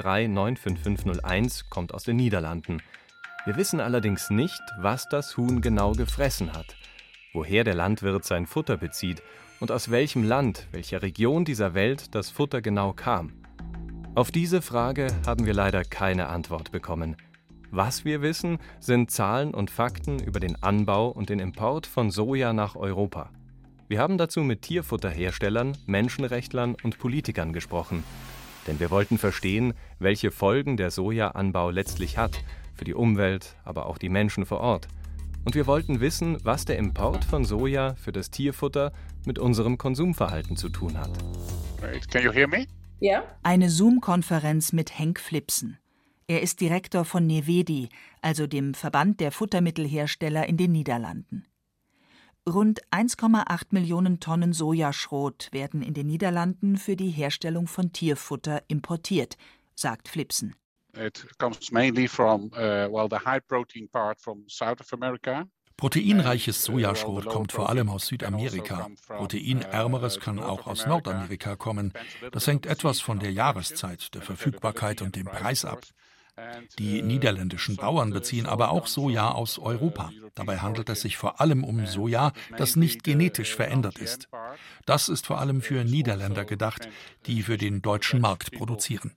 4395501 kommt aus den Niederlanden. Wir wissen allerdings nicht, was das Huhn genau gefressen hat, woher der Landwirt sein Futter bezieht und aus welchem Land, welcher Region dieser Welt das Futter genau kam. Auf diese Frage haben wir leider keine Antwort bekommen. Was wir wissen, sind Zahlen und Fakten über den Anbau und den Import von Soja nach Europa. Wir haben dazu mit Tierfutterherstellern, Menschenrechtlern und Politikern gesprochen. Denn wir wollten verstehen, welche Folgen der Sojaanbau letztlich hat, für die Umwelt, aber auch die Menschen vor Ort. Und wir wollten wissen, was der Import von Soja für das Tierfutter mit unserem Konsumverhalten zu tun hat. Can you hear me? Ja. Eine Zoom-Konferenz mit Henk Flipsen. Er ist Direktor von Nevedi, also dem Verband der Futtermittelhersteller in den Niederlanden. Rund 1,8 Millionen Tonnen Sojaschrot werden in den Niederlanden für die Herstellung von Tierfutter importiert, sagt Flipsen. It comes mainly from the high protein part from South of America. Proteinreiches Sojaschrot kommt vor allem aus Südamerika. Proteinärmeres kann auch aus Nordamerika kommen. Das hängt etwas von der Jahreszeit, der Verfügbarkeit und dem Preis ab. Die niederländischen Bauern beziehen aber auch Soja aus Europa. Dabei handelt es sich vor allem um Soja, das nicht genetisch verändert ist. Das ist vor allem für Niederländer gedacht, die für den deutschen Markt produzieren.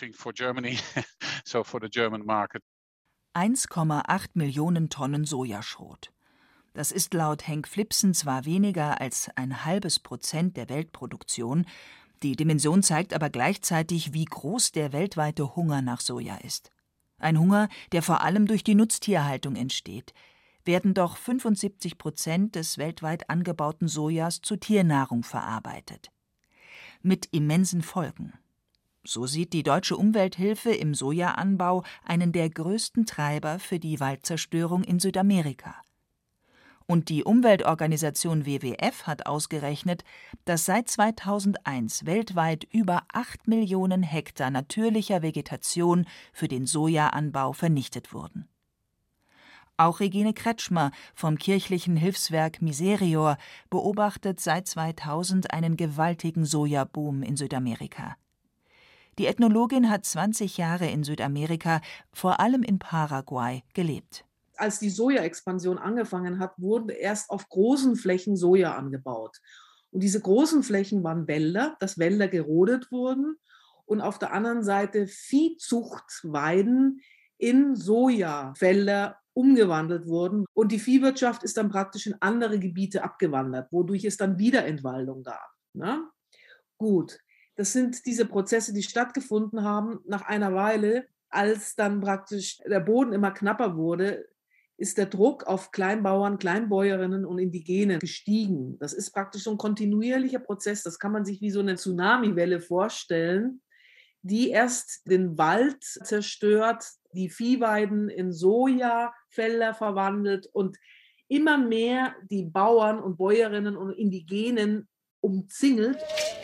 1,8 Millionen Tonnen Sojaschrot. Das ist laut Henk Flipsen zwar weniger als 0,5% der Weltproduktion, die Dimension zeigt aber gleichzeitig, wie groß der weltweite Hunger nach Soja ist. Ein Hunger, der vor allem durch die Nutztierhaltung entsteht. Werden doch 75% des weltweit angebauten Sojas zu Tiernahrung verarbeitet. Mit immensen Folgen. So sieht die Deutsche Umwelthilfe im Sojaanbau einen der größten Treiber für die Waldzerstörung in Südamerika. Und die Umweltorganisation WWF hat ausgerechnet, dass seit 2001 weltweit über 8 Millionen Hektar natürlicher Vegetation für den Sojaanbau vernichtet wurden. Auch Regine Kretschmer vom kirchlichen Hilfswerk Miserior beobachtet seit 2000 einen gewaltigen Sojaboom in Südamerika. Die Ethnologin hat 20 Jahre in Südamerika, vor allem in Paraguay, gelebt. Als die Sojaexpansion angefangen hat, wurden erst auf großen Flächen Soja angebaut. Und diese großen Flächen waren Wälder, dass Wälder gerodet wurden und auf der anderen Seite Viehzuchtweiden in Sojafelder umgewandelt wurden. Und die Viehwirtschaft ist dann praktisch in andere Gebiete abgewandert, wodurch es dann wieder Entwaldung gab. Na? Gut, das sind diese Prozesse, die stattgefunden haben. Nach einer Weile, als dann praktisch der Boden immer knapper wurde, ist der Druck auf Kleinbauern, Kleinbäuerinnen und Indigene gestiegen. Das ist praktisch so ein kontinuierlicher Prozess. Das kann man sich wie so eine Tsunamiwelle vorstellen, die erst den Wald zerstört, die Viehweiden in Sojafelder verwandelt und immer mehr die Bauern und Bäuerinnen und Indigenen umzingelt.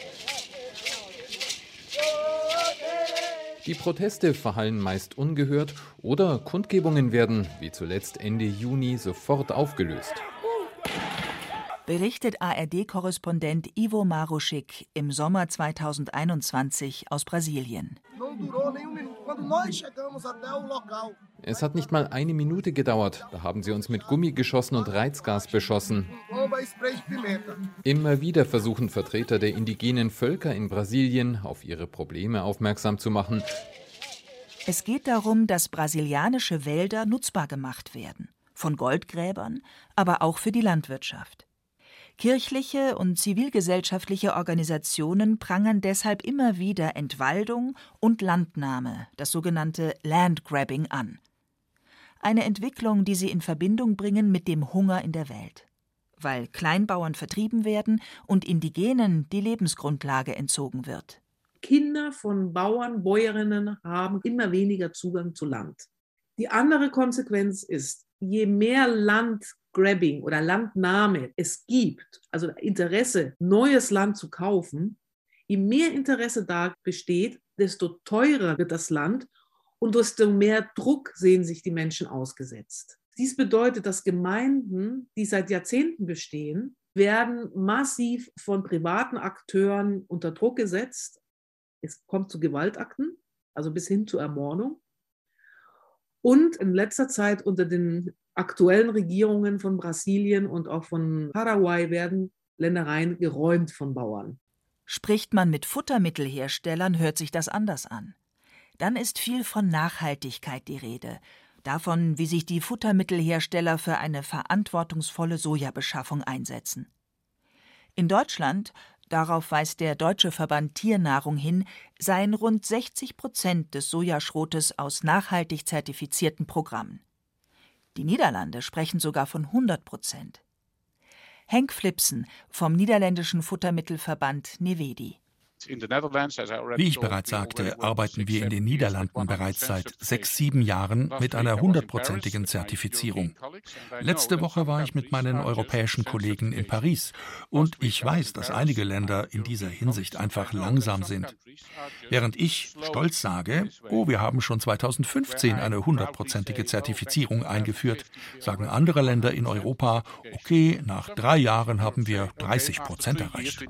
Die Proteste verhallen meist ungehört oder Kundgebungen werden, wie zuletzt Ende Juni, sofort aufgelöst. Berichtet ARD-Korrespondent Ivo Maruschik im Sommer 2021 aus Brasilien. Es hat nicht mal eine Minute gedauert, da haben sie uns mit Gummi geschossen und Reizgas beschossen. Immer wieder versuchen Vertreter der indigenen Völker in Brasilien, auf ihre Probleme aufmerksam zu machen. Es geht darum, dass brasilianische Wälder nutzbar gemacht werden. Von Goldgräbern, aber auch für die Landwirtschaft. Kirchliche und zivilgesellschaftliche Organisationen prangern deshalb immer wieder Entwaldung und Landnahme, das sogenannte Landgrabbing, an. Eine Entwicklung, die sie in Verbindung bringen mit dem Hunger in der Welt. Weil Kleinbauern vertrieben werden und Indigenen die Lebensgrundlage entzogen wird. Kinder von Bauern, Bäuerinnen haben immer weniger Zugang zu Land. Die andere Konsequenz ist, je mehr Landgrabbing oder Landnahme es gibt, also Interesse, neues Land zu kaufen, je mehr Interesse da besteht, desto teurer wird das Land und desto mehr Druck sehen sich die Menschen ausgesetzt. Dies bedeutet, dass Gemeinden, die seit Jahrzehnten bestehen, werden massiv von privaten Akteuren unter Druck gesetzt. Es kommt zu Gewaltakten, also bis hin zur Ermordung. Und in letzter Zeit unter den aktuellen Regierungen von Brasilien und auch von Paraguay werden Ländereien geräumt von Bauern. Spricht man mit Futtermittelherstellern, hört sich das anders an. Dann ist viel von Nachhaltigkeit die Rede. Davon, wie sich die Futtermittelhersteller für eine verantwortungsvolle Sojabeschaffung einsetzen. In Deutschland, darauf weist der Deutsche Verband Tiernahrung hin, seien rund 60% des Sojaschrotes aus nachhaltig zertifizierten Programmen. Die Niederlande sprechen sogar von 100%. Henk Flipsen vom niederländischen Futtermittelverband Nevedi. Wie ich bereits sagte, arbeiten wir in den Niederlanden bereits seit 6, 7 Jahren mit einer 100%igen Zertifizierung. Letzte Woche war ich mit meinen europäischen Kollegen in Paris und ich weiß, dass einige Länder in dieser Hinsicht einfach langsam sind. Während ich stolz sage, oh, wir haben schon 2015 eine 100%ige Zertifizierung eingeführt, sagen andere Länder in Europa, okay, nach 3 Jahren haben wir 30% erreicht.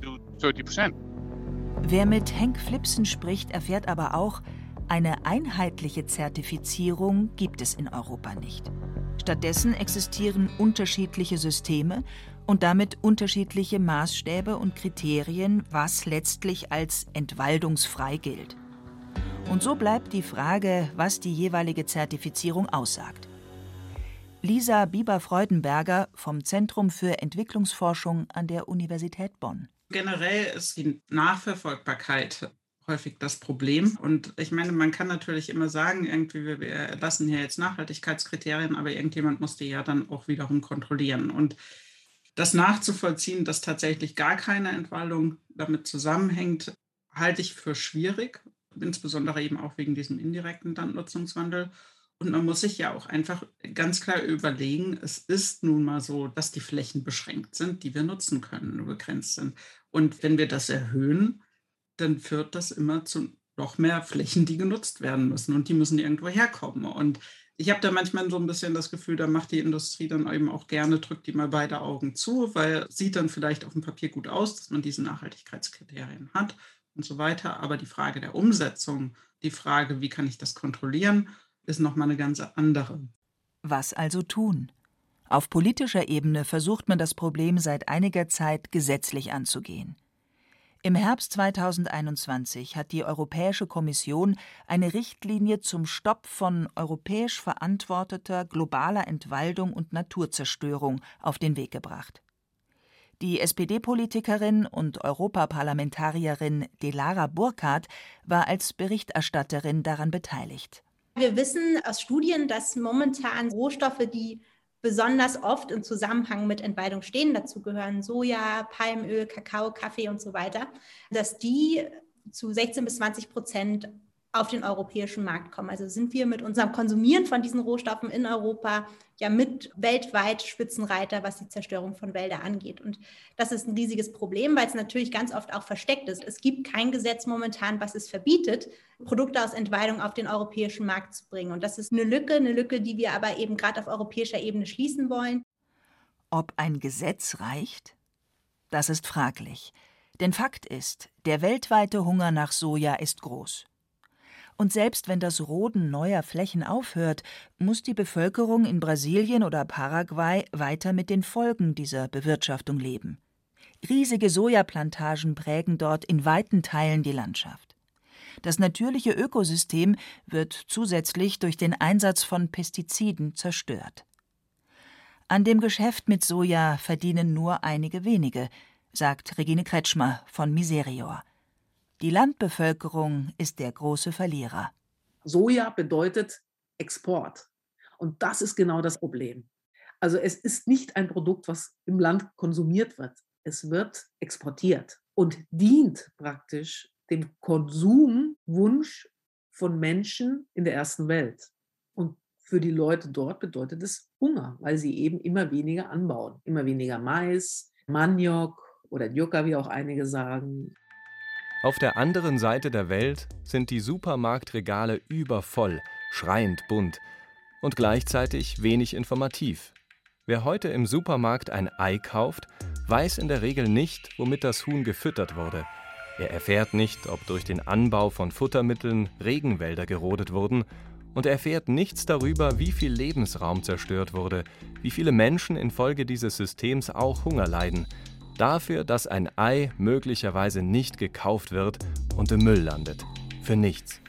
Wer mit Henk Flipsen spricht, erfährt aber auch, eine einheitliche Zertifizierung gibt es in Europa nicht. Stattdessen existieren unterschiedliche Systeme und damit unterschiedliche Maßstäbe und Kriterien, was letztlich als entwaldungsfrei gilt. Und so bleibt die Frage, was die jeweilige Zertifizierung aussagt. Lisa Bieber-Freudenberger vom Zentrum für Entwicklungsforschung an der Universität Bonn. Generell ist die Nachverfolgbarkeit häufig das Problem. Und ich meine, man kann natürlich immer sagen, irgendwie, wir erlassen hier jetzt Nachhaltigkeitskriterien, aber irgendjemand muss die ja dann auch wiederum kontrollieren. Und das nachzuvollziehen, dass tatsächlich gar keine Entwaldung damit zusammenhängt, halte ich für schwierig. insbesondere eben auch wegen diesem indirekten Landnutzungswandel. Und man muss sich ja auch einfach ganz klar überlegen, es ist nun mal so, dass die Flächen beschränkt sind, die wir nutzen können, nur begrenzt sind. Und wenn wir das erhöhen, dann führt das immer zu noch mehr Flächen, die genutzt werden müssen. Und die müssen irgendwo herkommen. Und ich habe da manchmal so ein bisschen das Gefühl, da macht die Industrie dann eben auch gerne, drückt die mal beide Augen zu, weil es sieht dann vielleicht auf dem Papier gut aus, dass man diese Nachhaltigkeitskriterien hat und so weiter. Aber die Frage der Umsetzung, die Frage, wie kann ich das kontrollieren, ist nochmal eine ganz andere. Was also tun? Auf politischer Ebene versucht man das Problem seit einiger Zeit gesetzlich anzugehen. Im Herbst 2021 hat die Europäische Kommission eine Richtlinie zum Stopp von europäisch verantworteter globaler Entwaldung und Naturzerstörung auf den Weg gebracht. Die SPD-Politikerin und Europaparlamentarierin Dilara Burkhardt war als Berichterstatterin daran beteiligt. Wir wissen aus Studien, dass momentan Rohstoffe, die besonders oft im Zusammenhang mit Entwaldung stehen, dazu gehören Soja, Palmöl, Kakao, Kaffee und so weiter, dass die zu 16-20% auf den europäischen Markt kommen. Also sind wir mit unserem Konsumieren von diesen Rohstoffen in Europa ja mit weltweit Spitzenreiter, was die Zerstörung von Wäldern angeht. Und das ist ein riesiges Problem, weil es natürlich ganz oft auch versteckt ist. Es gibt kein Gesetz momentan, was es verbietet, Produkte aus Entwaldung auf den europäischen Markt zu bringen. Und das ist eine Lücke, die wir aber eben gerade auf europäischer Ebene schließen wollen. Ob ein Gesetz reicht? Das ist fraglich. Denn Fakt ist, der weltweite Hunger nach Soja ist groß. Und selbst wenn das Roden neuer Flächen aufhört, muss die Bevölkerung in Brasilien oder Paraguay weiter mit den Folgen dieser Bewirtschaftung leben. Riesige Sojaplantagen prägen dort in weiten Teilen die Landschaft. Das natürliche Ökosystem wird zusätzlich durch den Einsatz von Pestiziden zerstört. An dem Geschäft mit Soja verdienen nur einige wenige, sagt Regine Kretschmer von Miserior. Die Landbevölkerung ist der große Verlierer. Soja bedeutet Export. Und das ist genau das Problem. Also es ist nicht ein Produkt, was im Land konsumiert wird. Es wird exportiert und dient praktisch dem Konsumwunsch von Menschen in der ersten Welt. Und für die Leute dort bedeutet es Hunger, weil sie eben immer weniger anbauen. Immer weniger Mais, Maniok oder Yucca, wie auch einige sagen. Auf der anderen Seite der Welt sind die Supermarktregale übervoll, schreiend bunt und gleichzeitig wenig informativ. Wer heute im Supermarkt ein Ei kauft, weiß in der Regel nicht, womit das Huhn gefüttert wurde. Er erfährt nicht, ob durch den Anbau von Futtermitteln Regenwälder gerodet wurden, und er erfährt nichts darüber, wie viel Lebensraum zerstört wurde, wie viele Menschen infolge dieses Systems auch Hunger leiden. Dafür, dass ein Ei möglicherweise nicht gekauft wird und im Müll landet. Für nichts.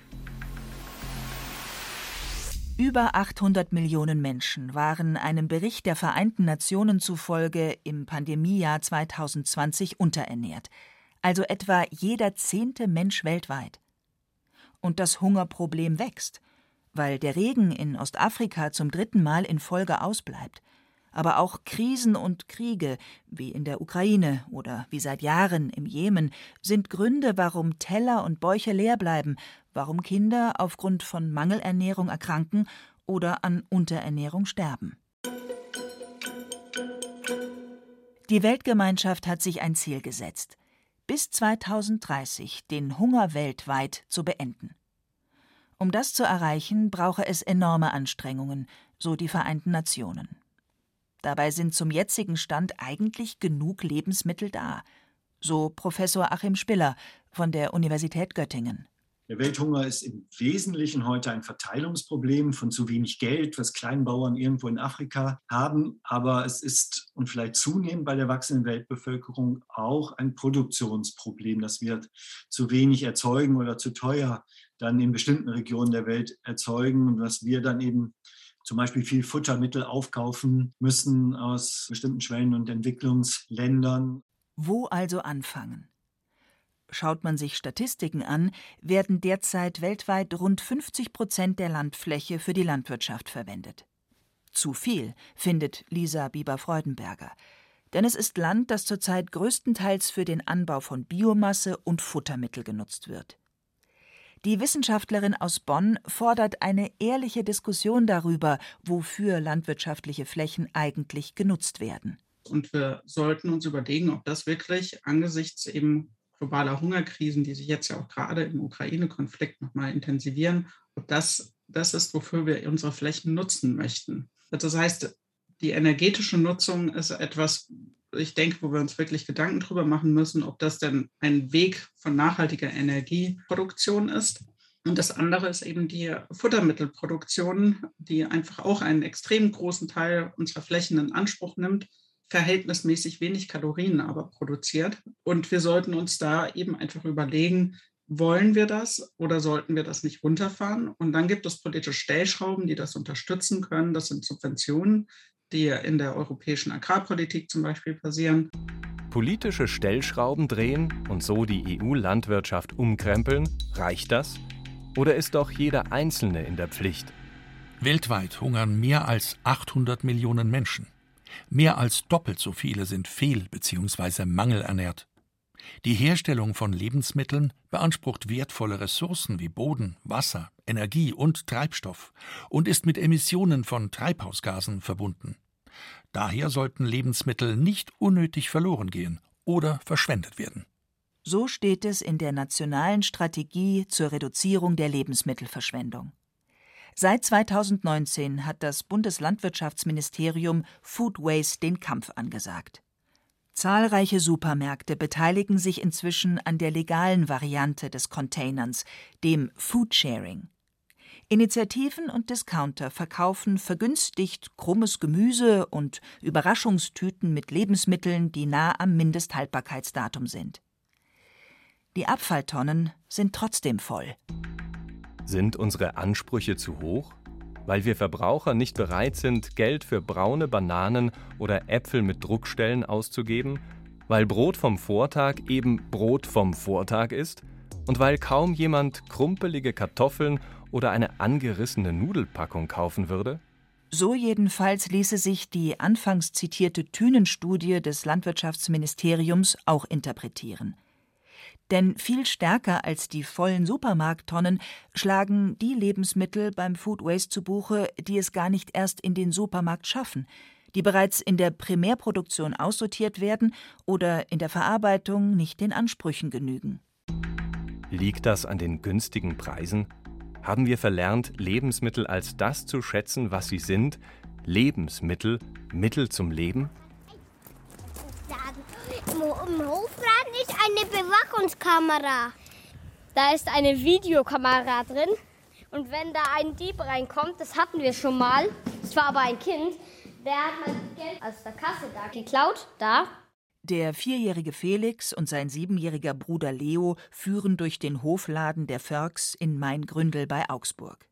Über 800 Millionen Menschen waren einem Bericht der Vereinten Nationen zufolge im Pandemiejahr 2020 unterernährt. Also etwa jeder 10. Mensch weltweit. Und das Hungerproblem wächst, weil der Regen in Ostafrika zum 3. Mal in Folge ausbleibt. Aber auch Krisen und Kriege, wie in der Ukraine oder wie seit Jahren im Jemen, sind Gründe, warum Teller und Bäuche leer bleiben, warum Kinder aufgrund von Mangelernährung erkranken oder an Unterernährung sterben. Die Weltgemeinschaft hat sich ein Ziel gesetzt: bis 2030 den Hunger weltweit zu beenden. Um das zu erreichen, brauche es enorme Anstrengungen, so die Vereinten Nationen. Dabei sind zum jetzigen Stand eigentlich genug Lebensmittel da, so Professor Achim Spiller von der Universität Göttingen. Der Welthunger ist im Wesentlichen heute ein Verteilungsproblem von zu wenig Geld, was Kleinbauern irgendwo in Afrika haben. Aber es ist, und vielleicht zunehmend bei der wachsenden Weltbevölkerung, auch ein Produktionsproblem, dass wir zu wenig erzeugen oder zu teuer dann in bestimmten Regionen der Welt erzeugen und was wir dann eben zum Beispiel viel Futtermittel aufkaufen müssen aus bestimmten Schwellen- und Entwicklungsländern. Wo also anfangen? Schaut man sich Statistiken an, werden derzeit weltweit rund 50% der Landfläche für die Landwirtschaft verwendet. Zu viel, findet Lisa Bieber-Freudenberger. Denn es ist Land, das zurzeit größtenteils für den Anbau von Biomasse und Futtermittel genutzt wird. Die Wissenschaftlerin aus Bonn fordert eine ehrliche Diskussion darüber, wofür landwirtschaftliche Flächen eigentlich genutzt werden. Und wir sollten uns überlegen, ob das wirklich angesichts eben globaler Hungerkrisen, die sich jetzt ja auch gerade im Ukraine-Konflikt nochmal intensivieren, ob das ist, wofür wir unsere Flächen nutzen möchten. Das heißt, die energetische Nutzung ist etwas, ich denke, wo wir uns wirklich Gedanken drüber machen müssen, ob das denn ein Weg von nachhaltiger Energieproduktion ist. Und das andere ist eben die Futtermittelproduktion, die einfach auch einen extrem großen Teil unserer Flächen in Anspruch nimmt, verhältnismäßig wenig Kalorien aber produziert. Und wir sollten uns da eben einfach überlegen, wollen wir das oder sollten wir das nicht runterfahren? Und dann gibt es politische Stellschrauben, die das unterstützen können. Das sind Subventionen, die in der europäischen Agrarpolitik zum Beispiel passieren. Politische Stellschrauben drehen und so die EU-Landwirtschaft umkrempeln, reicht das? Oder ist doch jeder Einzelne in der Pflicht? Weltweit hungern mehr als 800 Millionen Menschen. Mehr als doppelt so viele sind fehl- bzw. mangelernährt. Die Herstellung von Lebensmitteln beansprucht wertvolle Ressourcen wie Boden, Wasser, Energie und Treibstoff und ist mit Emissionen von Treibhausgasen verbunden. Daher sollten Lebensmittel nicht unnötig verloren gehen oder verschwendet werden. So steht es in der Nationalen Strategie zur Reduzierung der Lebensmittelverschwendung. Seit 2019 hat das Bundeslandwirtschaftsministerium Food Waste den Kampf angesagt. Zahlreiche Supermärkte beteiligen sich inzwischen an der legalen Variante des Containerns, dem Foodsharing. Initiativen und Discounter verkaufen vergünstigt krummes Gemüse und Überraschungstüten mit Lebensmitteln, die nah am Mindesthaltbarkeitsdatum sind. Die Abfalltonnen sind trotzdem voll. Sind unsere Ansprüche zu hoch? Weil wir Verbraucher nicht bereit sind, Geld für braune Bananen oder Äpfel mit Druckstellen auszugeben? Weil Brot vom Vortag eben Brot vom Vortag ist? Und weil kaum jemand krumpelige Kartoffeln oder eine angerissene Nudelpackung kaufen würde? So jedenfalls ließe sich die anfangs zitierte Thünen-Studie des Landwirtschaftsministeriums auch interpretieren. Denn viel stärker als die vollen Supermarkttonnen schlagen die Lebensmittel beim Food Waste zu Buche, die es gar nicht erst in den Supermarkt schaffen, die bereits in der Primärproduktion aussortiert werden oder in der Verarbeitung nicht den Ansprüchen genügen. Liegt das an den günstigen Preisen? Haben wir verlernt, Lebensmittel als das zu schätzen, was sie sind? Lebensmittel, Mittel zum Leben? Im Hofladen ist eine Bewachungskamera. Da ist eine Videokamera drin. Und wenn da ein Dieb reinkommt, das hatten wir schon mal, das war aber ein Kind, der hat mein Geld aus der Kasse da geklaut. Da. Der 4-jährige Felix und sein 7-jähriger Bruder Leo führen durch den Hofladen der Förks in Maingründel bei Augsburg.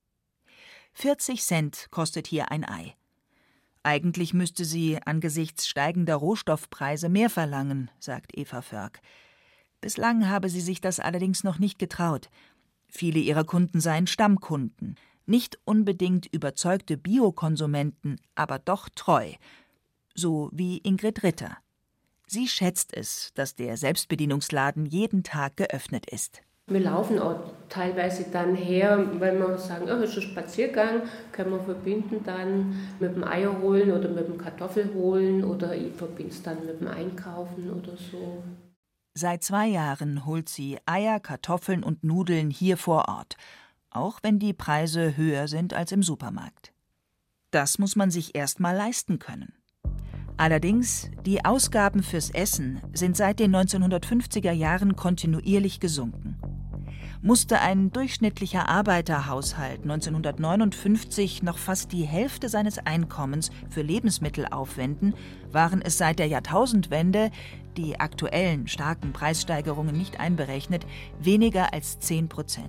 40 Cent kostet hier ein Ei. Eigentlich müsste sie angesichts steigender Rohstoffpreise mehr verlangen, sagt Eva Förk. Bislang habe sie sich das allerdings noch nicht getraut. Viele ihrer Kunden seien Stammkunden, nicht unbedingt überzeugte Biokonsumenten, aber doch treu. So wie Ingrid Ritter. Sie schätzt es, dass der Selbstbedienungsladen jeden Tag geöffnet ist. Wir laufen auch teilweise dann her, weil wir sagen, es ist ein Spaziergang, können wir verbinden dann mit dem Eier holen oder mit dem Kartoffel holen oder ich verbinde es dann mit dem Einkaufen oder so. Seit 2 Jahren holt sie Eier, Kartoffeln und Nudeln hier vor Ort, auch wenn die Preise höher sind als im Supermarkt. Das muss man sich erst mal leisten können. Allerdings, die Ausgaben fürs Essen sind seit den 1950er Jahren kontinuierlich gesunken. Musste ein durchschnittlicher Arbeiterhaushalt 1959 noch fast die Hälfte seines Einkommens für Lebensmittel aufwenden, waren es seit der Jahrtausendwende, die aktuellen starken Preissteigerungen nicht einberechnet, weniger als 10%.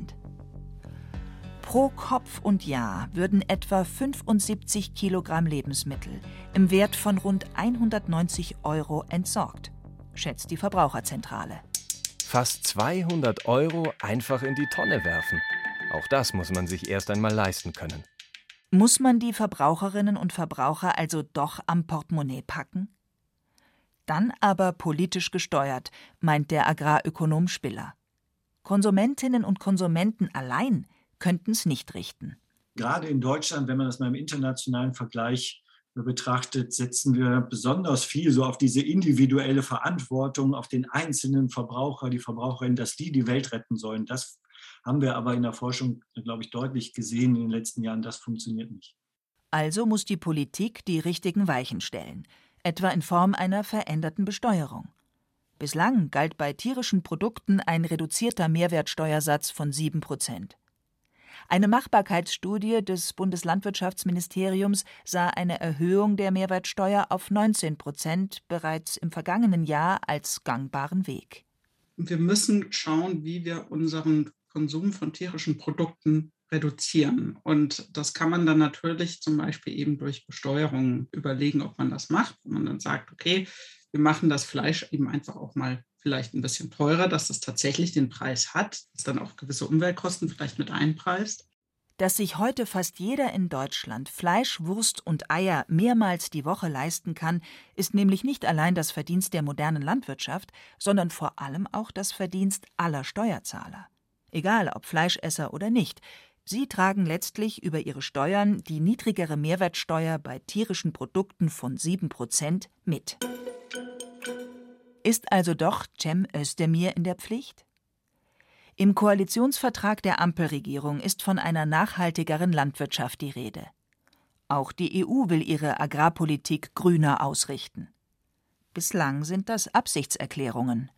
Pro Kopf und Jahr würden etwa 75 Kilogramm Lebensmittel im Wert von rund 190 € entsorgt, schätzt die Verbraucherzentrale. Fast 200 € einfach in die Tonne werfen. Auch das muss man sich erst einmal leisten können. Muss man die Verbraucherinnen und Verbraucher also doch am Portemonnaie packen? Dann aber politisch gesteuert, meint der Agrarökonom Spiller. Konsumentinnen und Konsumenten allein könnten es nicht richten. Gerade in Deutschland, wenn man das mal im internationalen Vergleich betrachtet, setzen wir besonders viel so auf diese individuelle Verantwortung, auf den einzelnen Verbraucher, die Verbraucherin, dass die Welt retten sollen. Das haben wir aber in der Forschung, glaube ich, deutlich gesehen in den letzten Jahren. Das funktioniert nicht. Also muss die Politik die richtigen Weichen stellen, etwa in Form einer veränderten Besteuerung. Bislang galt bei tierischen Produkten ein reduzierter Mehrwertsteuersatz von 7%. Eine Machbarkeitsstudie des Bundeslandwirtschaftsministeriums sah eine Erhöhung der Mehrwertsteuer auf 19% bereits im vergangenen Jahr als gangbaren Weg. Wir müssen schauen, wie wir unseren Konsum von tierischen Produkten reduzieren. Und das kann man dann natürlich zum Beispiel eben durch Besteuerung überlegen, ob man das macht. Wenn man dann sagt, okay, wir machen das Fleisch eben einfach auch mal vielleicht ein bisschen teurer, dass das tatsächlich den Preis hat, dass dann auch gewisse Umweltkosten vielleicht mit einpreist. Dass sich heute fast jeder in Deutschland Fleisch, Wurst und Eier mehrmals die Woche leisten kann, ist nämlich nicht allein das Verdienst der modernen Landwirtschaft, sondern vor allem auch das Verdienst aller Steuerzahler. Egal ob Fleischesser oder nicht, sie tragen letztlich über ihre Steuern die niedrigere Mehrwertsteuer bei tierischen Produkten von 7% mit. Ist also doch Cem Özdemir in der Pflicht? Im Koalitionsvertrag der Ampelregierung ist von einer nachhaltigeren Landwirtschaft die Rede. Auch die EU will ihre Agrarpolitik grüner ausrichten. Bislang sind das Absichtserklärungen.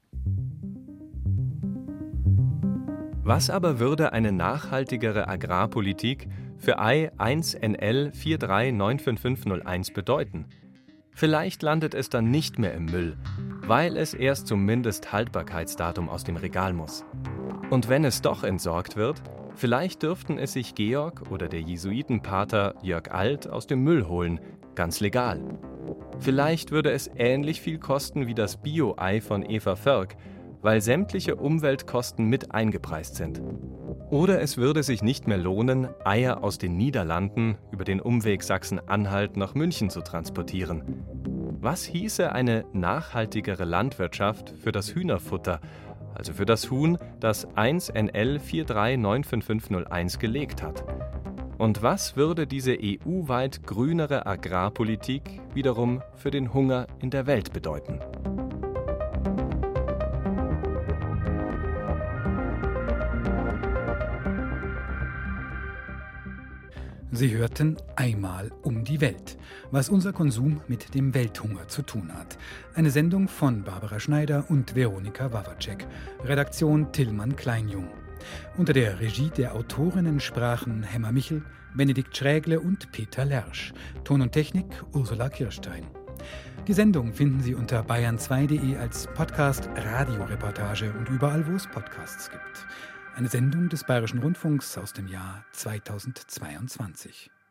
Was aber würde eine nachhaltigere Agrarpolitik für Ei 1NL 4395501 bedeuten? Vielleicht landet es dann nicht mehr im Müll, weil es erst zum Mindesthaltbarkeitsdatum aus dem Regal muss. Und wenn es doch entsorgt wird, vielleicht dürften es sich Georg oder der Jesuitenpater Jörg Alt aus dem Müll holen, ganz legal. Vielleicht würde es ähnlich viel kosten wie das Bio-Ei von Eva Völk, weil sämtliche Umweltkosten mit eingepreist sind. Oder es würde sich nicht mehr lohnen, Eier aus den Niederlanden über den Umweg Sachsen-Anhalt nach München zu transportieren. Was hieße eine nachhaltigere Landwirtschaft für das Hühnerfutter, also für das Huhn, das 1NL 4395501 gelegt hat? Und was würde diese EU-weit grünere Agrarpolitik wiederum für den Hunger in der Welt bedeuten? Sie hörten Einmal um die Welt, was unser Konsum mit dem Welthunger zu tun hat. Eine Sendung von Barbara Schneider und Veronika Wawacek. Redaktion Tillmann Kleinjung. Unter der Regie der Autorinnen sprachen Hemmer Michel, Benedikt Schrägle und Peter Lersch. Ton und Technik Ursula Kirstein. Die Sendung finden Sie unter bayern2.de als Podcast, Radioreportage und überall, wo es Podcasts gibt. Eine Sendung des Bayerischen Rundfunks aus dem Jahr 2022.